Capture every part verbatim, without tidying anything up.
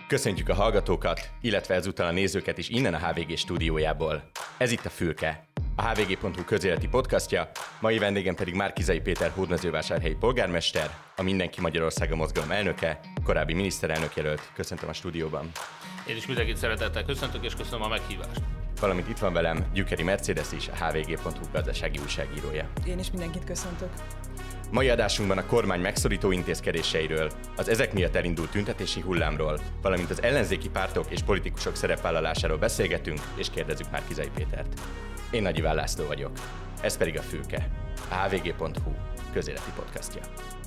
Köszöntjük a hallgatókat, illetve ezúttal a nézőket is innen a há vé gé stúdiójából. Ez itt a Fülke, a há vé gé pont hú közéleti podcastja, mai vendégem pedig Márki-Zay Péter hódmezővásárhelyi polgármester, a Mindenki Magyarországa mozgalom elnöke, korábbi miniszterelnök jelölt. Köszöntöm a stúdióban. Én is mindenkit szeretettel köszöntök, és köszönöm a meghívást. Valamint itt van velem Gyükeri Mercedes is, a há vé gé pont hú gazdasági újságírója. Én is mindenkit köszöntök. Mai adásunkban a kormány megszorító intézkedéseiről, az ezek miatt elindult tüntetési hullámról, valamint az ellenzéki pártok és politikusok szerepvállalásáról beszélgetünk, és kérdezzük Márki-Zay Pétert. Én Nagy Iván László vagyok, ez pedig a Fülke, a há vé gé pont hú közéleti podcastja.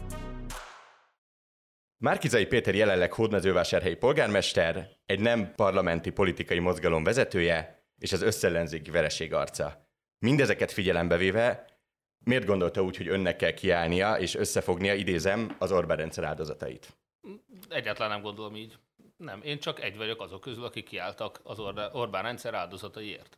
Márki-Zay Péter jelenleg hódmezővásárhelyi polgármester, egy nem parlamenti politikai mozgalom vezetője és az összellenzéki vereség arca. Mindezeket figyelembe véve, miért gondolta úgy, hogy önnek kell kiállnia és összefognia, idézem, az Orbán rendszer áldozatait? Egyáltalán nem gondolom így. Nem, én csak egy vagyok azok közül, akik kiálltak az Orbán rendszer áldozataiért.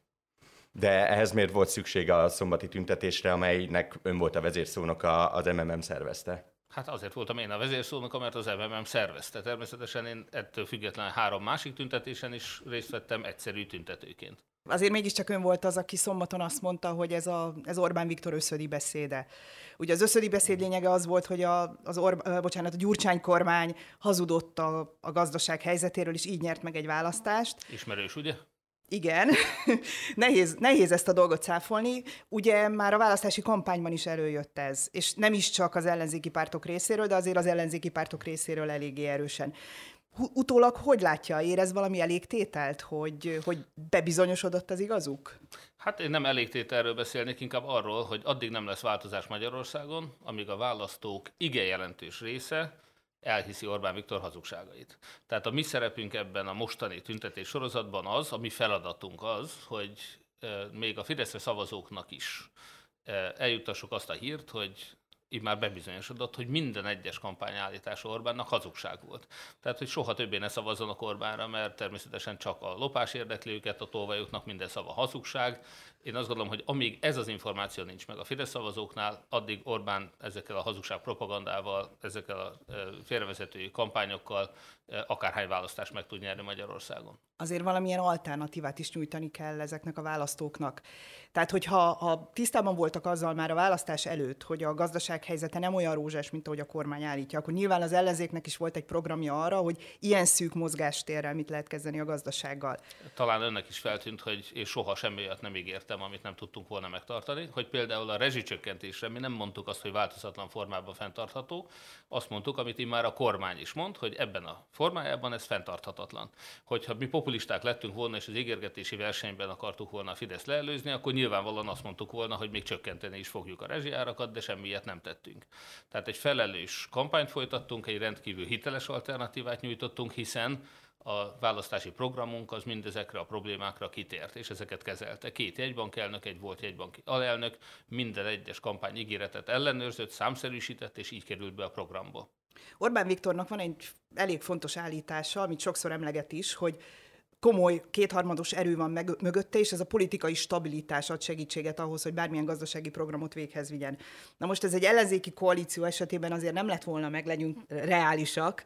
De ehhez miért volt szükség a szombati tüntetésre, amelynek ön volt a vezérszónoka, az em em em szervezte? Hát azért voltam én a vezérszónoka, mert az em em em szervezte. Természetesen én ettől függetlenül három másik tüntetésen is részt vettem egyszerű tüntetőként. Azért mégiscsak ön volt az, aki szombaton azt mondta, hogy ez, a, ez Orbán Viktor összödi beszéde. Ugye az összödi beszéd lényege az volt, hogy a, az Or, bocsánat, a Gyurcsány kormány hazudott a, a gazdaság helyzetéről, és így nyert meg egy választást. Ismerős, ugye? Igen, nehéz, nehéz ezt a dolgot cáfolni. Ugye már a választási kampányban is előjött ez, és nem is csak az ellenzéki pártok részéről, de azért az ellenzéki pártok részéről eléggé erősen. Utólag hogy látja, érez valami elégtételt, hogy, hogy bebizonyosodott az igazuk? Hát én nem elégtételről beszélnék, inkább arról, hogy addig nem lesz változás Magyarországon, amíg a választók igen jelentős része elhiszi Orbán Viktor hazugságait. Tehát a mi szerepünk ebben a mostani tüntetés sorozatban az, a mi feladatunk az, hogy e, még a Fideszre szavazóknak is e, eljuttassuk azt a hírt, hogy így már bebizonyosodott, hogy minden egyes kampányállítása Orbánnak hazugság volt. Tehát, hogy soha többé ne szavazzanak Orbánra, mert természetesen csak a lopás érdekli őket, a tolvajoknak minden szava hazugság. Én azt gondolom, hogy amíg ez az információ nincs meg a Fidesz szavazóknál, addig Orbán ezekkel a hazugság propagandával, ezekkel a félrevezető kampányokkal akárhány választást meg tud nyerni Magyarországon. Azért valamilyen alternatívát is nyújtani kell ezeknek a választóknak. Tehát, hogyha ha tisztában voltak azzal már a választás előtt, hogy a gazdaság helyzete nem olyan rózsás, mint ahogy a kormány állítja, akkor nyilván az ellenzéknek is volt egy programja arra, hogy ilyen szűk mozgástérrel mit lehet kezdeni a gazdasággal. Talán önnek is feltűnt, hogy én soha semmi olyat nem ígértem, amit nem tudtunk volna megtartani, hogy például a rezsicsökkentésre mi nem mondtuk azt, hogy változatlan formában fenntartható, azt mondtuk, amit immár a kormány is mond, hogy ebben a formájában ez fenntarthatatlan. Hogyha mi populisták lettünk volna, és az ígérgetési versenyben akartuk volna a Fidesz leelőzni, akkor nyilvánvalóan azt mondtuk volna, hogy még csökkenteni is fogjuk a rezsiárakat, de semmi ilyet nem tettünk. Tehát egy felelős kampányt folytattunk, egy rendkívül hiteles alternatívát nyújtottunk, hiszen a választási programunk az mindezekre a problémákra kitért, és ezeket kezelte. Két jegybank elnök, egy volt jegybank alelnök, minden egyes kampány ígéretet ellenőrzött, számszerűsített, és így került be a programba. Orbán Viktornak van egy elég fontos állítása, amit sokszor emleget is, hogy komoly kétharmados erő van meg, mögötte, és ez a politikai stabilitás ad segítséget ahhoz, hogy bármilyen gazdasági programot véghez vigyen. Na most ez egy ellenzéki koalíció esetében azért nem lett volna meg, legyünk reálisak.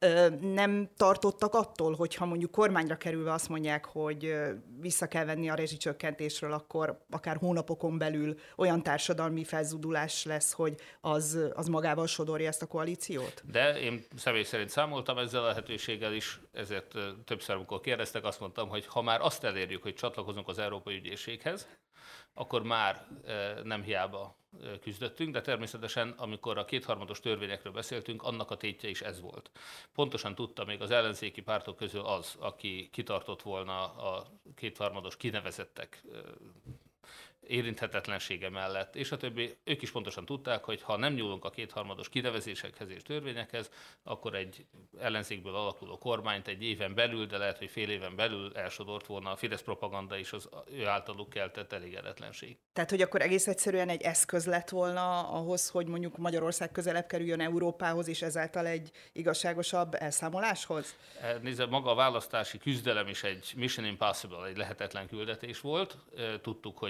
Nem tartottak attól, hogyha mondjuk kormányra kerülve azt mondják, hogy vissza kell venni a rezsicsökkentésről, akkor akár hónapokon belül olyan társadalmi felzudulás lesz, hogy az, az magával sodorja ezt a koalíciót? De én személy szerint számoltam ezzel a lehetőséggel is, ezért többször, amikor kérdeztek, azt mondtam, hogy ha már azt elérjük, hogy csatlakozunk az Európai Ügyészséghez, akkor már nem hiába küzdöttünk, de természetesen, amikor a kétharmados törvényekről beszéltünk, annak a tétje is ez volt. Pontosan tudta még az ellenzéki pártok közül az, aki kitartott volna a kétharmados kinevezettek érinthetetlensége mellett, és a többi, ők is pontosan tudták, hogy ha nem nyúlunk a kétharmados kinevezésekhez és törvényekhez, akkor egy ellenzékből alakuló kormányt egy éven belül, de lehet, hogy fél éven belül elsodort volna a Fidesz propaganda és az ő általuk keltett elégedetlenség. Tehát, hogy akkor egész egyszerűen egy eszköz lett volna ahhoz, hogy mondjuk Magyarország közelebb kerüljön Európához, és ezáltal egy igazságosabb elszámoláshoz? Nézd, maga a választási küzdelem is egy Mission Impossible, egy lehetetlen küldetés volt. Tudtuk, hogy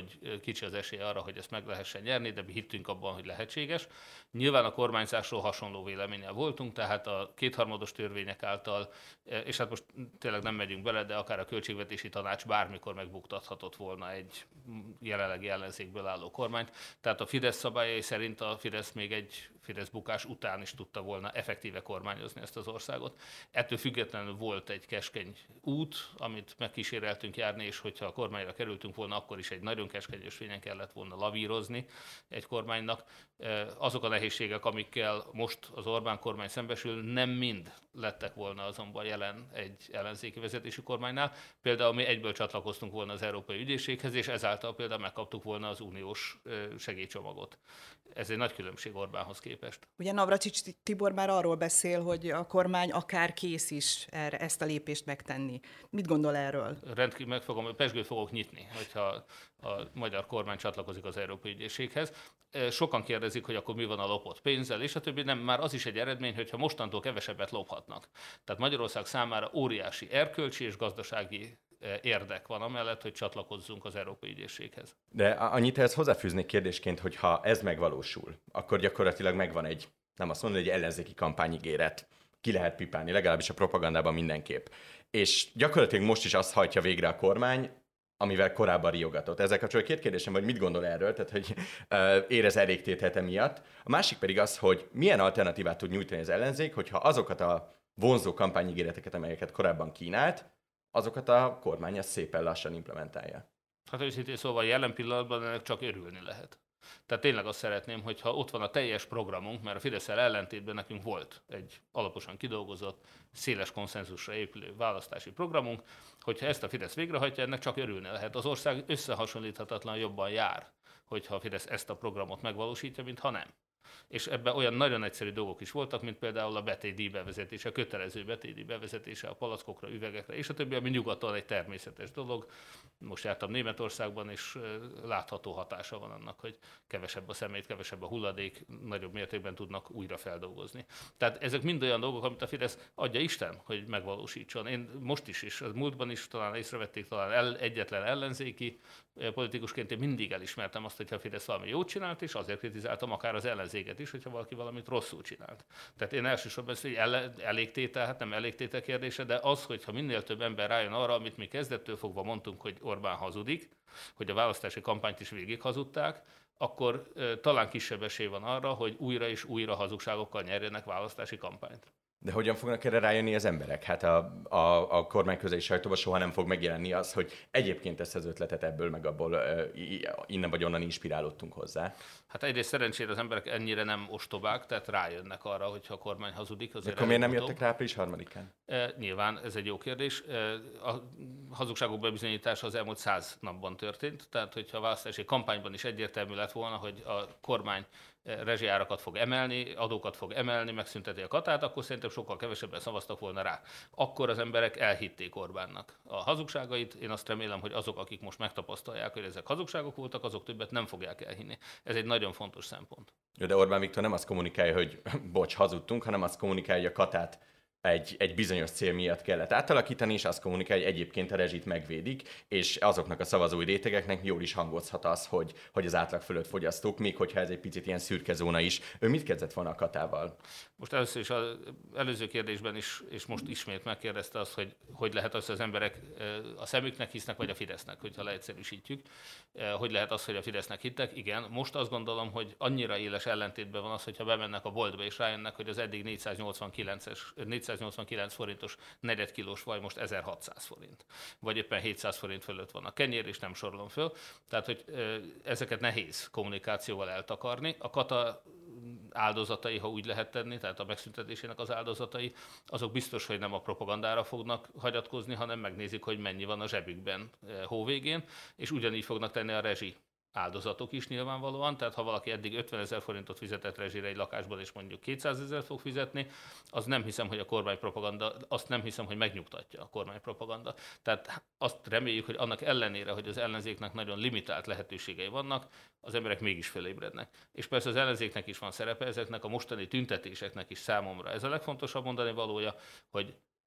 kicsi az esély arra, hogy ezt meg lehessen nyerni, de mi hittünk abban, hogy lehetséges. Nyilván a kormányzásról hasonló véleménnyel voltunk, tehát a kétharmados törvények által, és hát most tényleg nem megyünk bele, de akár a költségvetési tanács bármikor megbuktathatott volna egy jelenlegi ellenzékből álló kormányt. Tehát a Fidesz szabályai szerint a Fidesz még egy Fidesz bukás után is tudta volna effektíve kormányozni ezt az országot. Ettől függetlenül volt egy keskeny út, amit megkíséreltünk járni, és hogyha a kormányra kerültünk volna, akkor is egy nagyon keskeny ösvényen kellett volna lavírozni egy kormánynak. Azok a nehézségek, amikkel most az Orbán kormány szembesül, nem mind lettek volna azonban jelen egy ellenzéki vezetésű kormánynál. Például mi egyből csatlakoztunk volna az Európai Ügyészséghez, és ezáltal például megkaptuk volna az uniós segélycsomagot. Ez egy nagy különbség Orbánhoz képest. Ugye Navracsics Tibor már arról beszél, hogy a kormány akár kész is erre, ezt a lépést megtenni. Mit gondol erről? Rendkívül meg fogom, pezsgőt fogok nyitni, hogyha a magyar kormány csatlakozik az Európai Ügyészséghez. Sokan kérdezik, hogy akkor mi van a lopott pénzzel, és a többi. Nem, már az is egy eredmény, hogyha mostantól kevesebbet lophatnak. Tehát Magyarország számára óriási erkölcsi és gazdasági érdek van amellett, hogy csatlakozzunk az Európai Ügyészséghez. De annyit ehhez hozzáfűznék kérdésként, hogy ha ez megvalósul, akkor gyakorlatilag megvan egy, nem azt mondom, egy ellenzéki kampányigéret. Ki lehet pipálni, legalábbis a propagandában mindenképp. És gyakorlatilag most is azt hajtja végre a kormány, amivel korábban riogatott. Ezzel kapcsolatban két kérdésem, hogy mit gondol erről, tehát hogy uh, érez elégtéthet emiatt. A másik pedig az, hogy milyen alternatívát tud nyújtani az ellenzék, hogyha azokat a vonzó kampányigéreteket, amelyeket korábban kínált, azokat a kormány ezt szépen lassan implementálja. Hát őszintén szóval jelen pillanatban ennek csak örülni lehet. Tehát tényleg azt szeretném, hogyha ott van a teljes programunk, mert a Fidesz-el ellentétben nekünk volt egy alaposan kidolgozott, széles konszenzusra épülő választási programunk, hogyha ezt a Fidesz végrehajtja, ennek csak örülni lehet. Az ország összehasonlíthatatlan jobban jár, hogyha a Fidesz ezt a programot megvalósítja, mint ha nem. És ebben olyan nagyon egyszerű dolgok is voltak, mint például a betétdíj bevezetése, a kötelező betétdíj bevezetése a palackokra, üvegekre, és a többi, ami nyugaton egy természetes dolog. Most jártam Németországban, és látható hatása van annak, hogy kevesebb a szemét, kevesebb a hulladék, nagyobb mértékben tudnak újra feldolgozni. Tehát ezek mind olyan dolgok, amit a Fidesz adja Isten, hogy megvalósítson. Én most is, és a múltban is talán észrevették, talán el, egyetlen ellenzéki politikusként én mindig elismertem azt, hogyha a Fidesz valami jót csinált, és azért kritizáltam akár az ellenzéket is, hogyha valaki valamit rosszul csinált. Tehát én elsősorban ezt, hogy el, elégtétel, hát nem elégtétel kérdése, de az, hogyha minél több ember rájön arra, amit mi kezdettől fogva mondtunk, hogy Orbán hazudik, hogy a választási kampányt is végig hazudták, akkor e, talán kisebb esély van arra, hogy újra és újra hazugságokkal nyerjenek választási kampányt. De hogyan fognak erre rájönni az emberek? Hát a, a, a kormányközeli sajtóban soha nem fog megjelenni az, hogy egyébként ezt az ötletet ebből meg abból innen vagy onnan inspirálódtunk hozzá. Hát egyrészt szerencsére az emberek ennyire nem ostobák, tehát rájönnek arra, hogyha a kormány hazudik. Azért akkor miért nem jöttek rá április harmadikán? E, nyilván ez egy jó kérdés. E, a hazugságok bebizonyítása az elmúlt száz napban történt, tehát hogyha a választási kampányban is egyértelmű lett volna, hogy a kormány rezsijárakat fog emelni, adókat fog emelni, megszünteti a katát, akkor szerintem sokkal kevesebben szavaztak volna rá. Akkor az emberek elhitték Orbánnak a hazugságait. Én azt remélem, hogy azok, akik most megtapasztalják, hogy ezek hazugságok voltak, azok többet nem fogják elhinni. Ez egy nagyon fontos szempont. De Orbán Viktor nem azt kommunikálja, hogy bocs, hazudtunk, hanem azt kommunikálja, hogy a katát egy, egy bizonyos cél miatt kellett átalakítani, és azt kommunikálja, hogy egyébként a rezsit megvédik, és azoknak a szavazói rétegeknek jól is hangozhat az, hogy, hogy az átlag fölött fogyasztók, még hogyha ez egy picit ilyen szürke zóna is. Ő mit kezdett volna a katával? Most először is az előző kérdésben is, és most ismét megkérdezte azt, hogy hogy lehet az, hogy az emberek a szemüknek hisznek, vagy a Fidesznek, hogyha leegyszerűsítjük. Hogy lehet az, hogy a Fidesznek hittek? Igen, most azt gondolom, hogy annyira éles ellentétben van az, hogyha bemennek a boltba és rájönnek, hogy az eddig négyszáznyolcvankilences, négyszáznyolcvankilenc forintos negyedkilós vaj most ezerhatszáz forint. Vagy éppen hétszáz forint fölött van a kenyér, és nem sorolom föl. Tehát, hogy ezeket nehéz kommunikációval eltakarni. A kata áldozatai, ha úgy lehet tenni, tehát a megszüntetésének az áldozatai, azok biztos, hogy nem a propagandára fognak hagyatkozni, hanem megnézik, hogy mennyi van a zsebükben hóvégén, és ugyanígy fognak tenni a rezsi áldozatok is nyilvánvalóan, tehát ha valaki eddig ötvenezer forintot fizetett rezsire egy lakásban, és mondjuk kétszázezer fog fizetni, az nem hiszem, hogy a kormánypropaganda, azt nem hiszem, hogy megnyugtatja a kormánypropaganda. Tehát azt reméljük, hogy annak ellenére, hogy az ellenzéknek nagyon limitált lehetőségei vannak, az emberek mégis felébrednek. És persze az ellenzéknek is van szerepe, ezeknek a mostani tüntetéseknek is számomra. Ez a legfontosabb mondani valója, hogy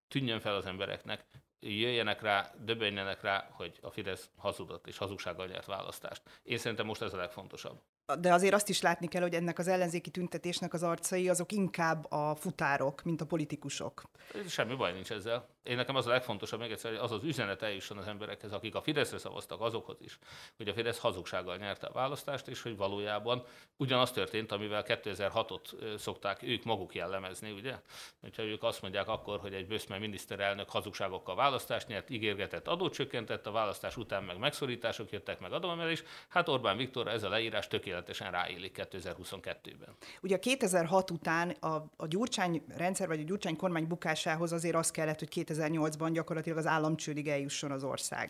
tűnjön fel az embereknek, jöjjenek rá, döbbenjenek rá, hogy a Fidesz hazudott és hazugsággal nyert választást. Én szerintem most ez a legfontosabb. De azért azt is látni kell, hogy ennek az ellenzéki tüntetésnek az arcai azok inkább a futárok, mint a politikusok. Semmi baj nincs ezzel. Én nekem az a legfontosabb, még egyszer, hogy az az üzenet eljusson az emberekhez, akik a Fideszre szavaztak, azokhoz is, hogy a Fidesz hazugsággal nyerte a választást, és hogy valójában ugyanaz történt, amivel kétezer-hatot szokták ők maguk jellemezni, ugye? Hogyha ők azt mondják akkor, hogy egy Böszme miniszterelnök hazugságokkal választást nyert, ígérgetett, adót csökkentett, a választás után meg megszorítások jöttek, meg adóemelés, hát Orbán Viktorra ez a leírás tökéletesen ráillik kétezer-huszonkettőben. Ugye kétezer-hat után a, a Gyurcsány rendszer, vagy a Gyurcsány kormány bukásához azért az kellett, hogy kétezer-nyolcban gyakorlatilag az államcsődig eljusson az ország.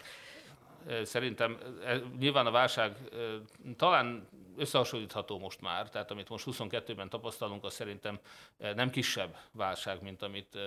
Szerintem nyilván a válság talán összehasonlítható most már, tehát amit most huszonkettőben tapasztalunk, az szerintem nem kisebb válság, mint amit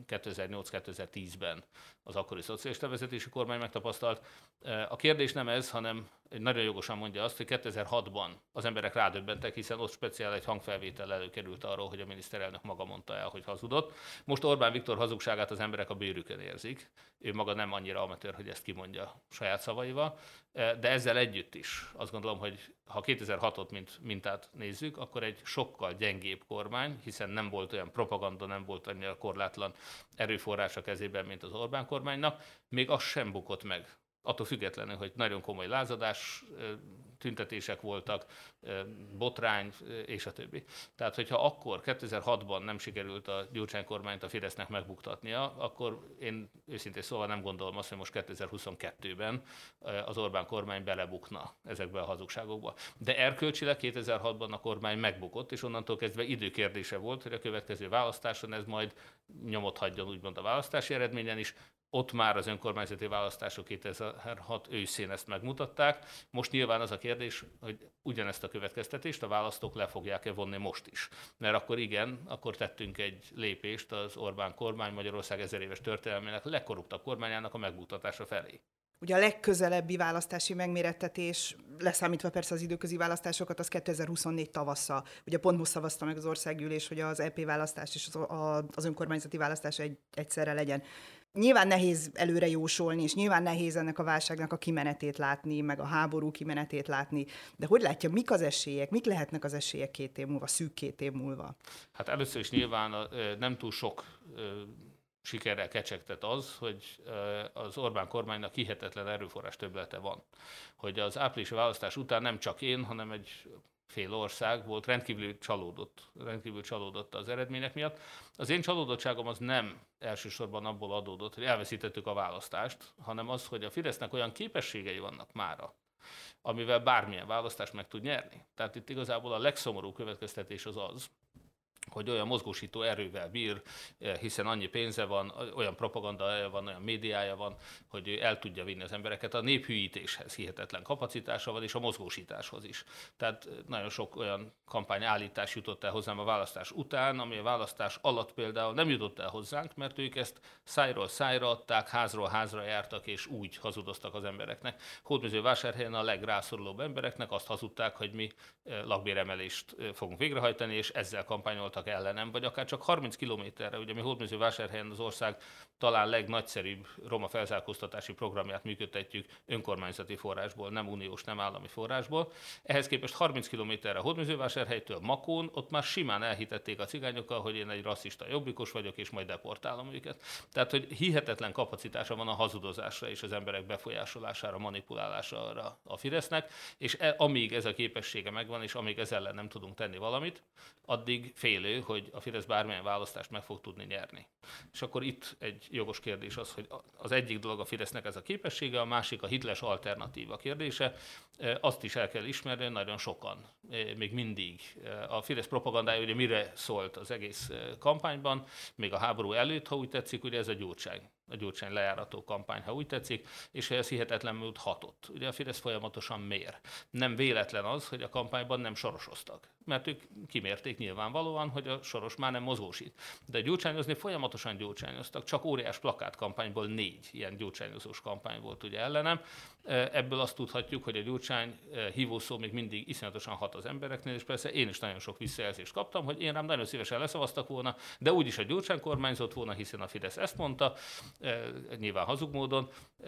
kétezer-nyolc-kétezer-tízben az akkori szocialista vezetési kormány megtapasztalt. A kérdés nem ez, hanem nagyon jogosan mondja azt, hogy kétezer-hatban az emberek rádöbbentek, hiszen ott speciál egy hangfelvétel előkerült arról, hogy a miniszterelnök maga mondta el, hogy hazudott. Most Orbán Viktor hazugságát az emberek a bőrükön érzik. Ő maga nem annyira amatőr, hogy ezt kimondja saját szavaival, de ezzel együtt is azt gondolom, hogy ha kétezer-hatot mint mintát nézzük, akkor egy sokkal gyengébb kormány, hiszen nem volt olyan propaganda, nem volt annyira korlátlan erőforrás a kezében, mint az Orbán kormánynak, még az sem bukott meg. Attól függetlenül, hogy nagyon komoly lázadás, tüntetések voltak, botrány, és a többi. Tehát, hogyha akkor kétezer-hatban nem sikerült a Gyurcsány kormányt a Fidesznek megbuktatnia, akkor én őszintén szóval nem gondolom azt, hogy most kétezer-huszonkettőben az Orbán kormány belebukna ezekbe a hazugságokba. De erkölcsileg kétezer-hatban a kormány megbukott, és onnantól kezdve időkérdése volt, hogy a következő választáson ez majd nyomot hagyjon úgymond a választási eredményen is. Ott már az önkormányzati választások kétezer-hat őszén ezt megmutatták. Most nyilván az a kérdés, hogy ugyanezt a következtetést a választók le fogják-e vonni most is. Mert akkor igen, akkor tettünk egy lépést az Orbán kormány Magyarország ezer éves történelmének legkorruptabb kormányának a megbuktatása felé. Ugye a legközelebbi választási megmérettetés, leszámítva persze az időközi választásokat, az kétezer-huszonnégy tavasszal. Ugye pont most szavazta meg az országgyűlés, hogy az é pé választás és az, az önkormányzati választás egy, egyszerre legyen. Nyilván nehéz előre jósolni, és nyilván nehéz ennek a válságnak a kimenetét látni, meg a háború kimenetét látni. De hogy látja, mik az esélyek, mik lehetnek az esélyek két év múlva, szűk két év múlva? Hát először is nyilván nem túl sok sikerrel kecsegtet az, hogy az Orbán kormánynak hihetetlen erőforrás többlete van. Hogy az áprilisi választás után nem csak én, hanem egy fél ország volt rendkívül csalódott, rendkívül csalódott az eredmények miatt. Az én csalódottságom az nem elsősorban abból adódott, hogy elveszítettük a választást, hanem az, hogy a Fidesznek olyan képességei vannak mára, amivel bármilyen választást meg tud nyerni. Tehát itt igazából a legszomorúbb következtetés az az, hogy olyan mozgósító erővel bír, hiszen annyi pénze van, olyan propagandája van, olyan médiája van, hogy el tudja vinni az embereket. A néphűítéshez hihetetlen kapacitása van, és a mozgósításhoz is. Tehát nagyon sok olyan kampányállítás jutott el hozzám a választás után, ami a választás alatt például nem jutott el hozzánk, mert ők ezt szájról szájra adták, házról házra jártak, és úgy hazudoztak az embereknek. Hódmezővásárhelyen a legrászorulóbb embereknek azt hazudták, hogy mi lakbéremelést fogunk végrehajtani, és ezzel kampányoltak ellenem, vagy akár csak harminc kilométerre, ugye mi Hódmezővásárhelyen az ország talán legnagyszerűbb roma felzárkóztatási programját működtetjük önkormányzati forrásból, nem uniós, nem állami forrásból. Ehhez képest harminc kilométerre Hódmezővásárhelytől Makón, ott már simán elhitették a cigányokkal, hogy én egy rasszista jobbikos vagyok, és majd deportálom őket. Tehát, hogy hihetetlen kapacitása van a hazudozásra és az emberek befolyásolására, manipulálására a Fidesznek, és e, amíg ez a képessége megvan, és amíg ez ellen nem tudunk tenni valamit, addig félő, hogy a Fidesz bármilyen választást meg fog tudni nyerni. És akkor itt egy jogos kérdés az, hogy az egyik dolog a Fidesznek ez a képessége, a másik a hitles alternatíva kérdése. Azt is el kell ismerni, nagyon sokan, még mindig. A Fidesz propagandája ugye mire szólt az egész kampányban, még a háború előtt, ha úgy tetszik, ugye ez a Gyurcsány a Gyurcsány lejárató kampány, ha úgy tetszik, és ez hihetetlenül hatott. Ugye a Fidesz folyamatosan mér. Nem véletlen az, hogy a kampányban nem sorosoztak, mert ők kimérték nyilvánvalóan, hogy a Soros már nem mozgósít. De gyurcsányozni folyamatosan gyurcsányoztak, csak óriás plakátkampányból négy ilyen gyurcsányozós kampány volt ugye ellenem. Ebből azt tudhatjuk, hogy a Gyurcsány hívószó még mindig iszonyatosan hat az embereknél, és persze én is nagyon sok visszajelzést kaptam, hogy én rám nagyon szívesen leszavaztak volna, de úgyis a Gyurcsány kormányzott volna, hiszen a Fidesz ezt mondta, nyilván hazug módon,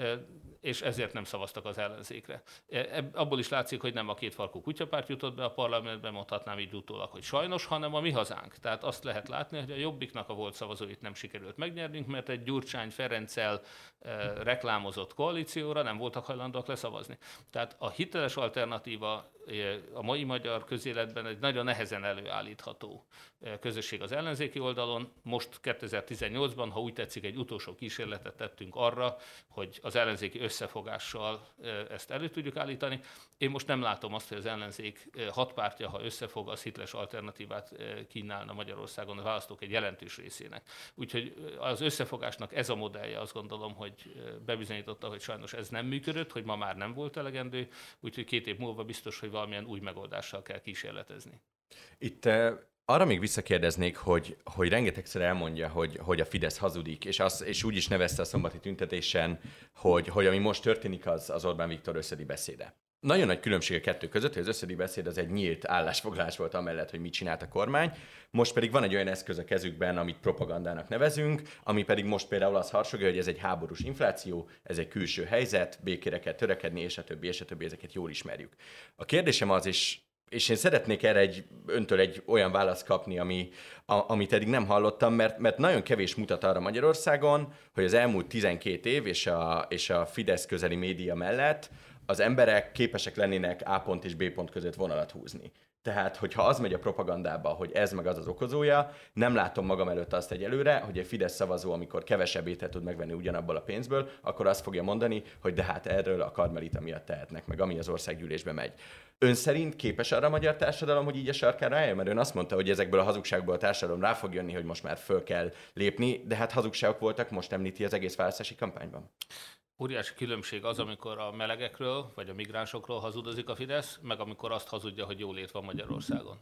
és ezért nem szavaztak az ellenzékre. Abból is látszik, hogy nem a kétfarkú kutyapárt jutott be a parlamentbe, mondhatnám így utólag, hogy sajnos, hanem a mi hazánk. Tehát azt lehet látni, hogy a Jobbiknak a volt szavazóit nem sikerült megnyernünk, mert egy Gyurcsány-Ferenccel reklámozott koalícióra nem voltak hajlandóak leszavazni. Tehát a hiteles alternatíva a mai magyar közéletben egy nagyon nehezen előállítható közösség az ellenzéki oldalon. Most kétezer-tizennyolcban, ha úgy tetszik, egy utolsó kísérletet tettünk arra, hogy az ellenzéki összefogással ezt elő tudjuk állítani. Én most nem látom azt, hogy az ellenzék hat pártja, ha összefog, az hiteles alternatívát kínálna Magyarországon a választók egy jelentős részének. Úgyhogy az összefogásnak ez a modellje, azt gondolom, hogy bebizonyította, hogy sajnos ez nem működött, hogy ma már nem volt elegendő, úgyhogy két év múlva biztos, hogy valamilyen új megoldással kell kísérletezni. Itt uh, arra még visszakérdeznék, hogy, hogy rengetegszer elmondja, hogy, hogy a Fidesz hazudik, és, az, és úgy is nevezte a szombati tüntetésen, hogy, hogy ami most történik, az, az Orbán Viktor összödi beszéde. Nagyon nagy különbség a kettő között, hogy az összödi beszéd az egy nyílt állásfoglalás volt amellett, hogy mit csinált a kormány, most pedig van egy olyan eszköz a kezükben, amit propagandának nevezünk, ami pedig most például az harsogja, hogy ez egy háborús infláció, ez egy külső helyzet, békére kell törekedni, és a többi, és a többi, ezeket jól ismerjük. A kérdésem az is, és én szeretnék erre egy, öntől egy olyan választ kapni, ami, a, amit eddig nem hallottam, mert, mert nagyon kevés mutat arra Magyarországon, hogy az elmúlt tizenkét év és a, és a Fidesz közeli média mellett az emberek képesek lennének A pont és B pont között vonalat húzni. Tehát, hogyha az megy a propagandába, hogy ez meg az az okozója, nem látom magam előtt azt egyelőre, hogy egy Fidesz szavazó, amikor kevesebb ételt tud megvenni ugyanabból a pénzből, akkor azt fogja mondani, hogy de hát erről a Karmelita miatt tehetnek, meg ami az országgyűlésbe megy. Ön szerint képes arra a magyar társadalom, hogy így a sarkára álljon? Mert ön azt mondta, hogy ezekből a hazugságból a társadalom rá fog jönni, hogy most már föl kell lépni, de hát hazugságok voltak, most említi az egész választási kampányban. Óriási különbség az, amikor a melegekről vagy a migránsokról hazudozik a Fidesz, meg amikor azt hazudja, hogy jólét van Magyarországon.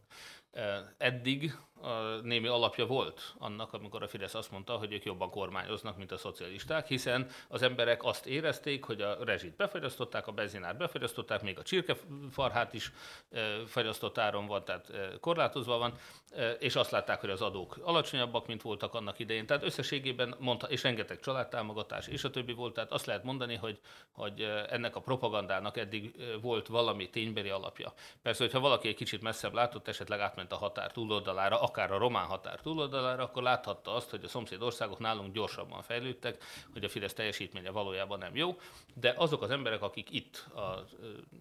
Eddig némi alapja volt annak, amikor a Fidesz azt mondta, hogy ők jobban kormányoznak, mint a szocialisták, hiszen az emberek azt érezték, hogy a rezsit befagyasztották, a benzinát befagyasztották, még a csirkefarhát is fagyasztott áron van, tehát korlátozva van, és azt látták, hogy az adók alacsonyabbak, mint voltak annak idején. Tehát összességében mondta, és rengeteg családtámogatás, és a többi volt, tehát azt lehet mondani, hogy, hogy ennek a propagandának eddig volt valami ténybeli alapja. Persze, hogyha valaki egy kicsit messzebb látott, esetleg átment a határ túloldalára, akár a román határ túloldalára, akkor láthatta azt, hogy a szomszéd országok nálunk gyorsabban fejlődtek, hogy a Fidesz teljesítménye valójában nem jó, de azok az emberek, akik itt az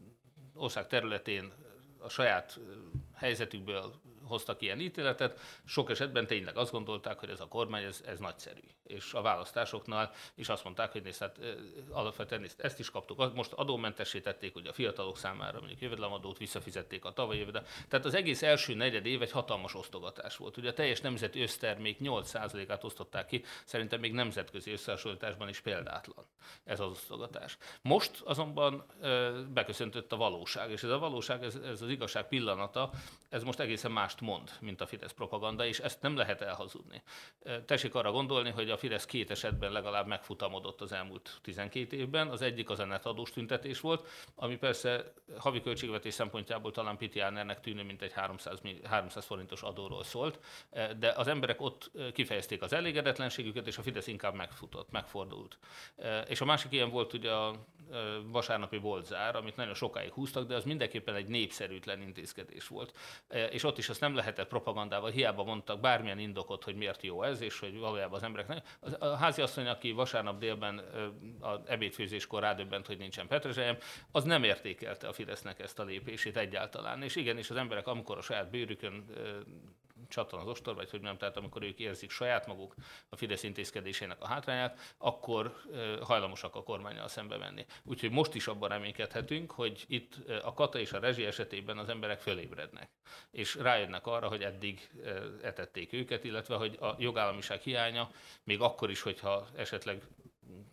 ország területén a saját helyzetükből hoztak ilyen ítéletet, sok esetben tényleg azt gondolták, hogy ez a kormány, ez, ez nagyszerű. És a választásoknál is azt mondták, hogy nézd, hát alapvetően ezt is kaptuk. Most adómentessé tették, hogy a fiatalok számára mondjuk jövedelemadót visszafizették a tavalyi jövedelem. Tehát az egész első negyed év egy hatalmas osztogatás volt. Ugye a teljes nemzeti össztermék nyolc százalékát osztották ki, szerintem még nemzetközi összehasonlításban is példátlan ez az osztogatás. Most azonban beköszöntött a valóság, és ez a valóság, ez, ez az igazság pillanata, ez most egészen mást mond, mint a Fidesz propaganda, és ezt nem lehet elhazudni. Tessék arra gondolni, hogy a Fidesz két esetben legalább megfutamodott az elmúlt tizenkét évben. Az egyik az a netadós tüntetés volt, ami persze havi költségvetés szempontjából talán Piti Ánernek tűnő, mint egy háromszáz forintos adóról szólt, de az emberek ott kifejezték az elégedetlenségüket, és a Fidesz inkább megfutott, megfordult. És a másik ilyen volt ugye a vasárnapi boltzár, amit nagyon sokáig húztak, de az mindenképpen egy népszerűtlen intézkedés volt. És ott is azt nem lehetett propagandával, hiába mondtak bármilyen indokot, hogy miért jó ez, és hogy valójában az embereknek. A háziasszony, aki vasárnap délben az ebédfőzéskor rádöbbent, hogy nincsen petrezselyem, az nem értékelte a Fidesznek ezt a lépését egyáltalán. És igenis az emberek, amikor a saját bőrükön csattan az ostor, vagy hogy nem, tehát amikor ők érzik saját maguk a Fidesz intézkedésének a hátrányát, akkor hajlamosak a kormánnyal szembe menni. Úgyhogy most is abban reménykedhetünk, hogy itt a kata és a rezsi esetében az emberek fölébrednek, és rájönnek arra, hogy eddig etették őket, illetve hogy a jogállamiság hiánya, még akkor is, hogyha esetleg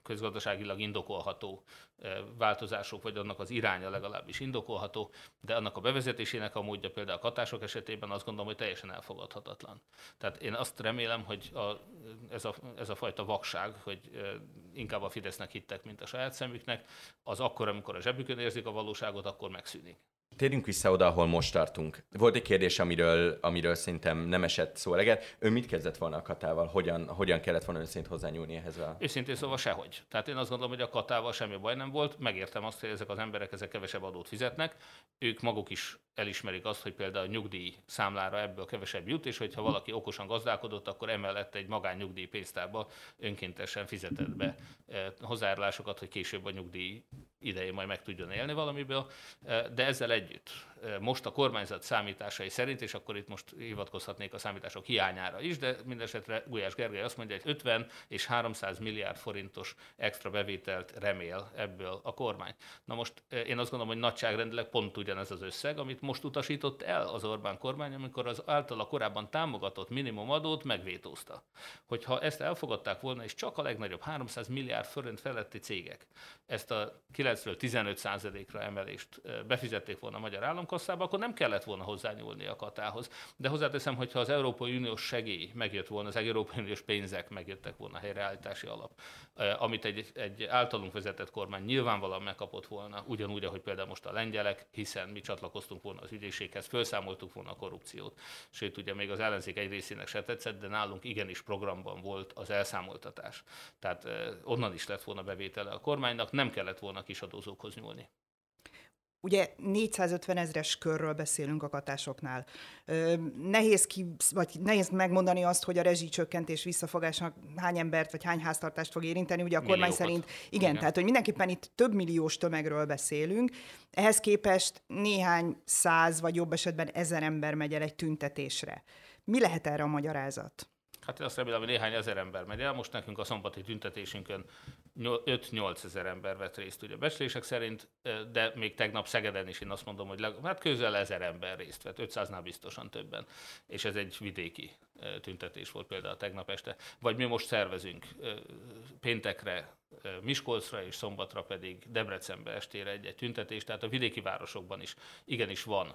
közgazdaságilag indokolható változások, vagy annak az iránya legalábbis indokolható, de annak a bevezetésének a módja például a katások esetében azt gondolom, hogy teljesen elfogadhatatlan. Tehát én azt remélem, hogy a, ez, a, ez a fajta vakság, hogy inkább a Fidesznek hittek, mint a saját szemüknek, az akkor, amikor a zsebükön érzik a valóságot, akkor megszűnik. Térjünk vissza oda, ahol most tartunk. Volt egy kérdés, amiről, amiről szerintem nem esett szó eleget. Ön mit kezdett volna a katával? Hogyan, hogyan kellett volna ön szerint hozzányúlni ehhez a... Őszintén szóval sehogy. Tehát én azt gondolom, hogy a katával semmi baj nem volt. Megértem azt, hogy ezek az emberek ezek kevesebb adót fizetnek. Ők maguk is elismerik azt, hogy például a nyugdíj számlára ebből kevesebb jut, és hogyha valaki okosan gazdálkodott, akkor emellett egy magánnyugdíj pénztárba önkéntesen fizetett be hozzájárulásokat, hogy később a nyugdíj idején majd meg tudjon élni valamiből, de ezzel együtt most a kormányzat számításai szerint, és akkor itt most hivatkozhatnék a számítások hiányára is, de mindesetre Gulyás Gergely azt mondja, hogy ötven és háromszáz milliárd forintos extra bevételt remél ebből a kormány. Na most én azt gondolom, hogy nagyságrendileg pont ugyanez az összeg, amit most utasított el az Orbán kormány, amikor az általa korábban támogatott minimumadót megvétózta. Hogyha ezt elfogadták volna, és csak a legnagyobb háromszáz milliárd forint feletti cégek ezt a kilencről tizenöt százalékra emelést befizették volna a magyar államkasszába, akkor nem kellett volna hozzányúlni a katához. De hozzáteszem, hogyha az Európai Uniós segély megjött volna, az Európai Uniós pénzek megjöttek volna a helyreállítási alap, amit egy, egy általunk vezetett kormány nyilvánvalóan megkapott volna, ugyanúgy, ahogy például most a lengyelek, hiszen mi csatlakoztunk volna az ügyészséghez, felszámoltuk volna a korrupciót. Sőt, ugye még az ellenzék egy részének se tetszett, de nálunk igenis programban volt az elszámoltatás. Tehát onnan is lett volna bevétele a kormánynak, nem kellett volna kisadózókhoz nyúlni. Ugye négyszázötven ezres körről beszélünk a katásoknál. Nehéz, ki, vagy nehéz megmondani azt, hogy a rezsicsökkentés visszafogásnak hány embert vagy hány háztartást fog érinteni. Ugye a kormány Milliókat. szerint igen, igen, tehát hogy mindenképpen itt több milliós tömegről beszélünk. Ehhez képest néhány száz vagy jobb esetben ezer ember megy el egy tüntetésre. Mi lehet erre a magyarázat? Hát én azt remélem, hogy néhány ezer ember megy el. Most nekünk a szombati tüntetésünkön öt-nyolc ezer ember vett részt ugye becslések szerint, de még tegnap Szegeden is én azt mondom, hogy leg, hát közel ezer ember részt vett, ötszáznál biztosan többen. És ez egy vidéki tüntetés volt például tegnap este. Vagy mi most szervezünk péntekre Miskolcra és szombatra pedig Debrecenbe estére egy, egy tüntetés, tehát a vidéki városokban is igenis van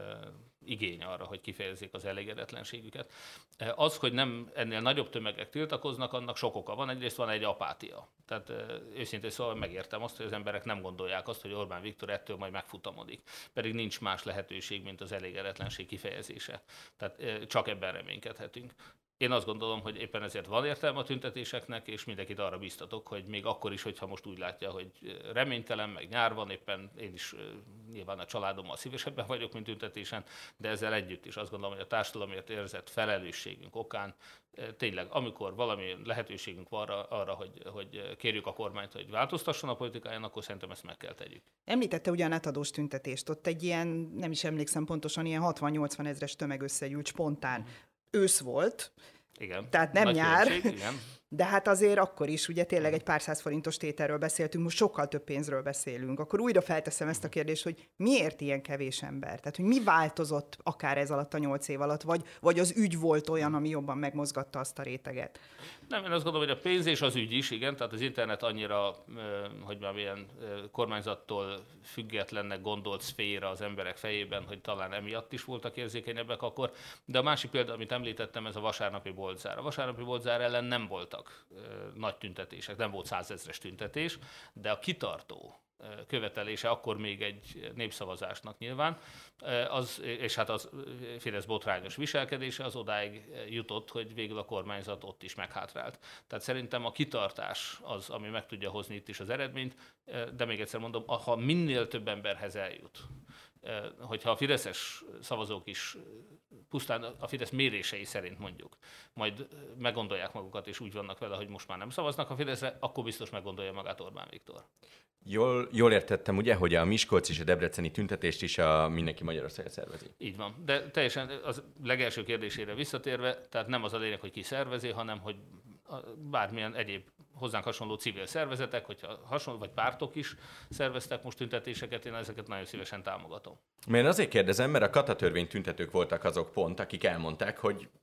igény arra, hogy kifejezzék az elégedetlenségüket. Az, hogy nem ennél nagyobb tömegek tiltakoznak, annak sok oka van. Egyrészt van egy apátia. Tehát őszintén szóval megértem azt, hogy az emberek nem gondolják azt, hogy Orbán Viktor ettől majd megfutamodik. Pedig nincs más lehetőség, mint az elégedetlenség kifejezése. Tehát csak ebben reménykedhetünk. Én azt gondolom, hogy éppen ezért van értelme a tüntetéseknek, és mindenkit arra biztatok, hogy még akkor is, hogyha most úgy látja, hogy reménytelen, meg nyár van, éppen én is nyilván a családommal szívesebben vagyok, mint tüntetésen, de ezzel együtt is azt gondolom, hogy a társadalomért érzett felelősségünk okán tényleg, amikor valami lehetőségünk van arra, arra hogy, hogy kérjük a kormányt, hogy változtasson a politikáján, akkor szerintem ezt meg kell tegyük. Említette ugye a netadós tüntetést, ott egy ilyen, nem is emlékszem pontosan, ilyen hatvan-nyolcvan ezres tömeg összegyűlt spontán. Ősz volt, igen. Tehát nem Nagy nyár, igen. De hát azért akkor is, ugye tényleg egy pár száz forintos tételről beszéltünk, most sokkal több pénzről beszélünk. Akkor újra felteszem ezt a kérdést, hogy miért ilyen kevés ember? Tehát, hogy mi változott akár ez alatt a nyolc év alatt, vagy, vagy az ügy volt olyan, ami jobban megmozgatta azt a réteget? Nem, én azt gondolom, hogy a pénz és az ügy is, igen, tehát az internet annyira, hogy már ilyen kormányzattól függetlennek gondolt szféra az emberek fejében, hogy talán emiatt is voltak érzékenyebbek akkor. De a másik példa, amit említettem, ez a vasárnapi boltzár. A vasárnapi boltzár ellen nem voltak nagy tüntetések, nem volt százezres tüntetés, de a kitartó követelése, akkor még egy népszavazásnak nyilván, az, és hát az Fidesz botrányos viselkedése az odáig jutott, hogy végül a kormányzat ott is meghátrált. Tehát szerintem a kitartás az, ami meg tudja hozni itt is az eredményt, de még egyszer mondom, ha minél több emberhez eljut, hogyha a fideszes szavazók is pusztán a Fidesz mérései szerint mondjuk, majd meggondolják magukat, és úgy vannak vele, hogy most már nem szavaznak a Fideszre, akkor biztos meggondolja magát Orbán Viktor. Jól, jól értettem, ugye, hogy a Miskolc és a debreceni tüntetést is a Mindenki Magyarország szervezi. Így van, de teljesen az legelső kérdésére visszatérve, tehát nem az a lényeg, hogy ki szervezi, hanem hogy bármilyen egyéb hozzánk hasonló civil szervezetek, hogyha hasonló, vagy pártok is szerveztek most tüntetéseket, én ezeket nagyon szívesen támogatom. Mert azért kérdezem, mert a katatörvény tüntetők voltak azok pont, akik elmondták, hogy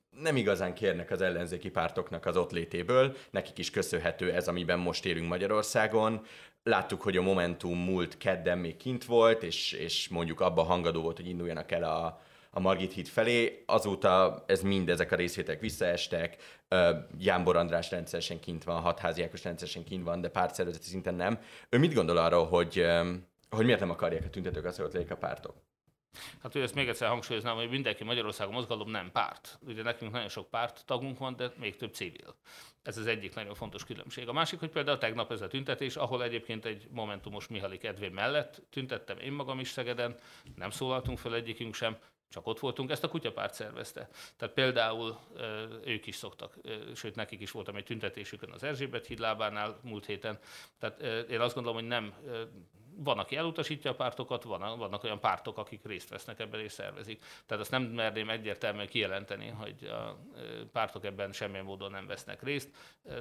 nem igazán kérnek az ellenzéki pártoknak az ott létéből, nekik is köszönhető ez, amiben most élünk Magyarországon. Láttuk, hogy a Momentum múlt kedden még kint volt, és, és mondjuk abban hangadó volt, hogy induljanak el a, a Margit híd felé. Azóta ez mind, ezek a részvétek visszaestek. Jámbor András rendszeresen kint van, Hatházi Ákos rendszeresen kint van, de pártszervezeti szinten nem. Ő mit gondol arról, hogy, hogy miért nem akarják a tüntetők azt, hogy ott legyek a pártok? Hát, hogy ezt még egyszer hangsúlyoznám, hogy mindenki Magyarországon mozgalom nem párt. Ugye nekünk nagyon sok párt tagunk van, de még több civil. Ez az egyik nagyon fontos különbség. A másik, hogy például tegnap ez a tüntetés, ahol egyébként egy momentumos Mihalik Edvén mellett tüntettem én magam is Szegeden, nem szólaltunk fel egyikünk sem, csak ott voltunk, ezt a kutyapárt szervezte. Tehát például ők is szoktak, sőt nekik is voltam egy tüntetésükön az Erzsébet híd lábánál múlt héten. Tehát én azt gondolom, hogy nem, van, aki elutasítja a pártokat, van, vannak olyan pártok, akik részt vesznek ebben és szervezik. Tehát azt nem merném egyértelműen kijelenteni, hogy a pártok ebben semmilyen módon nem vesznek részt.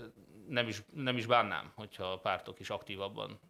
Nem is, nem is bánnám, hogyha a pártok is aktívabban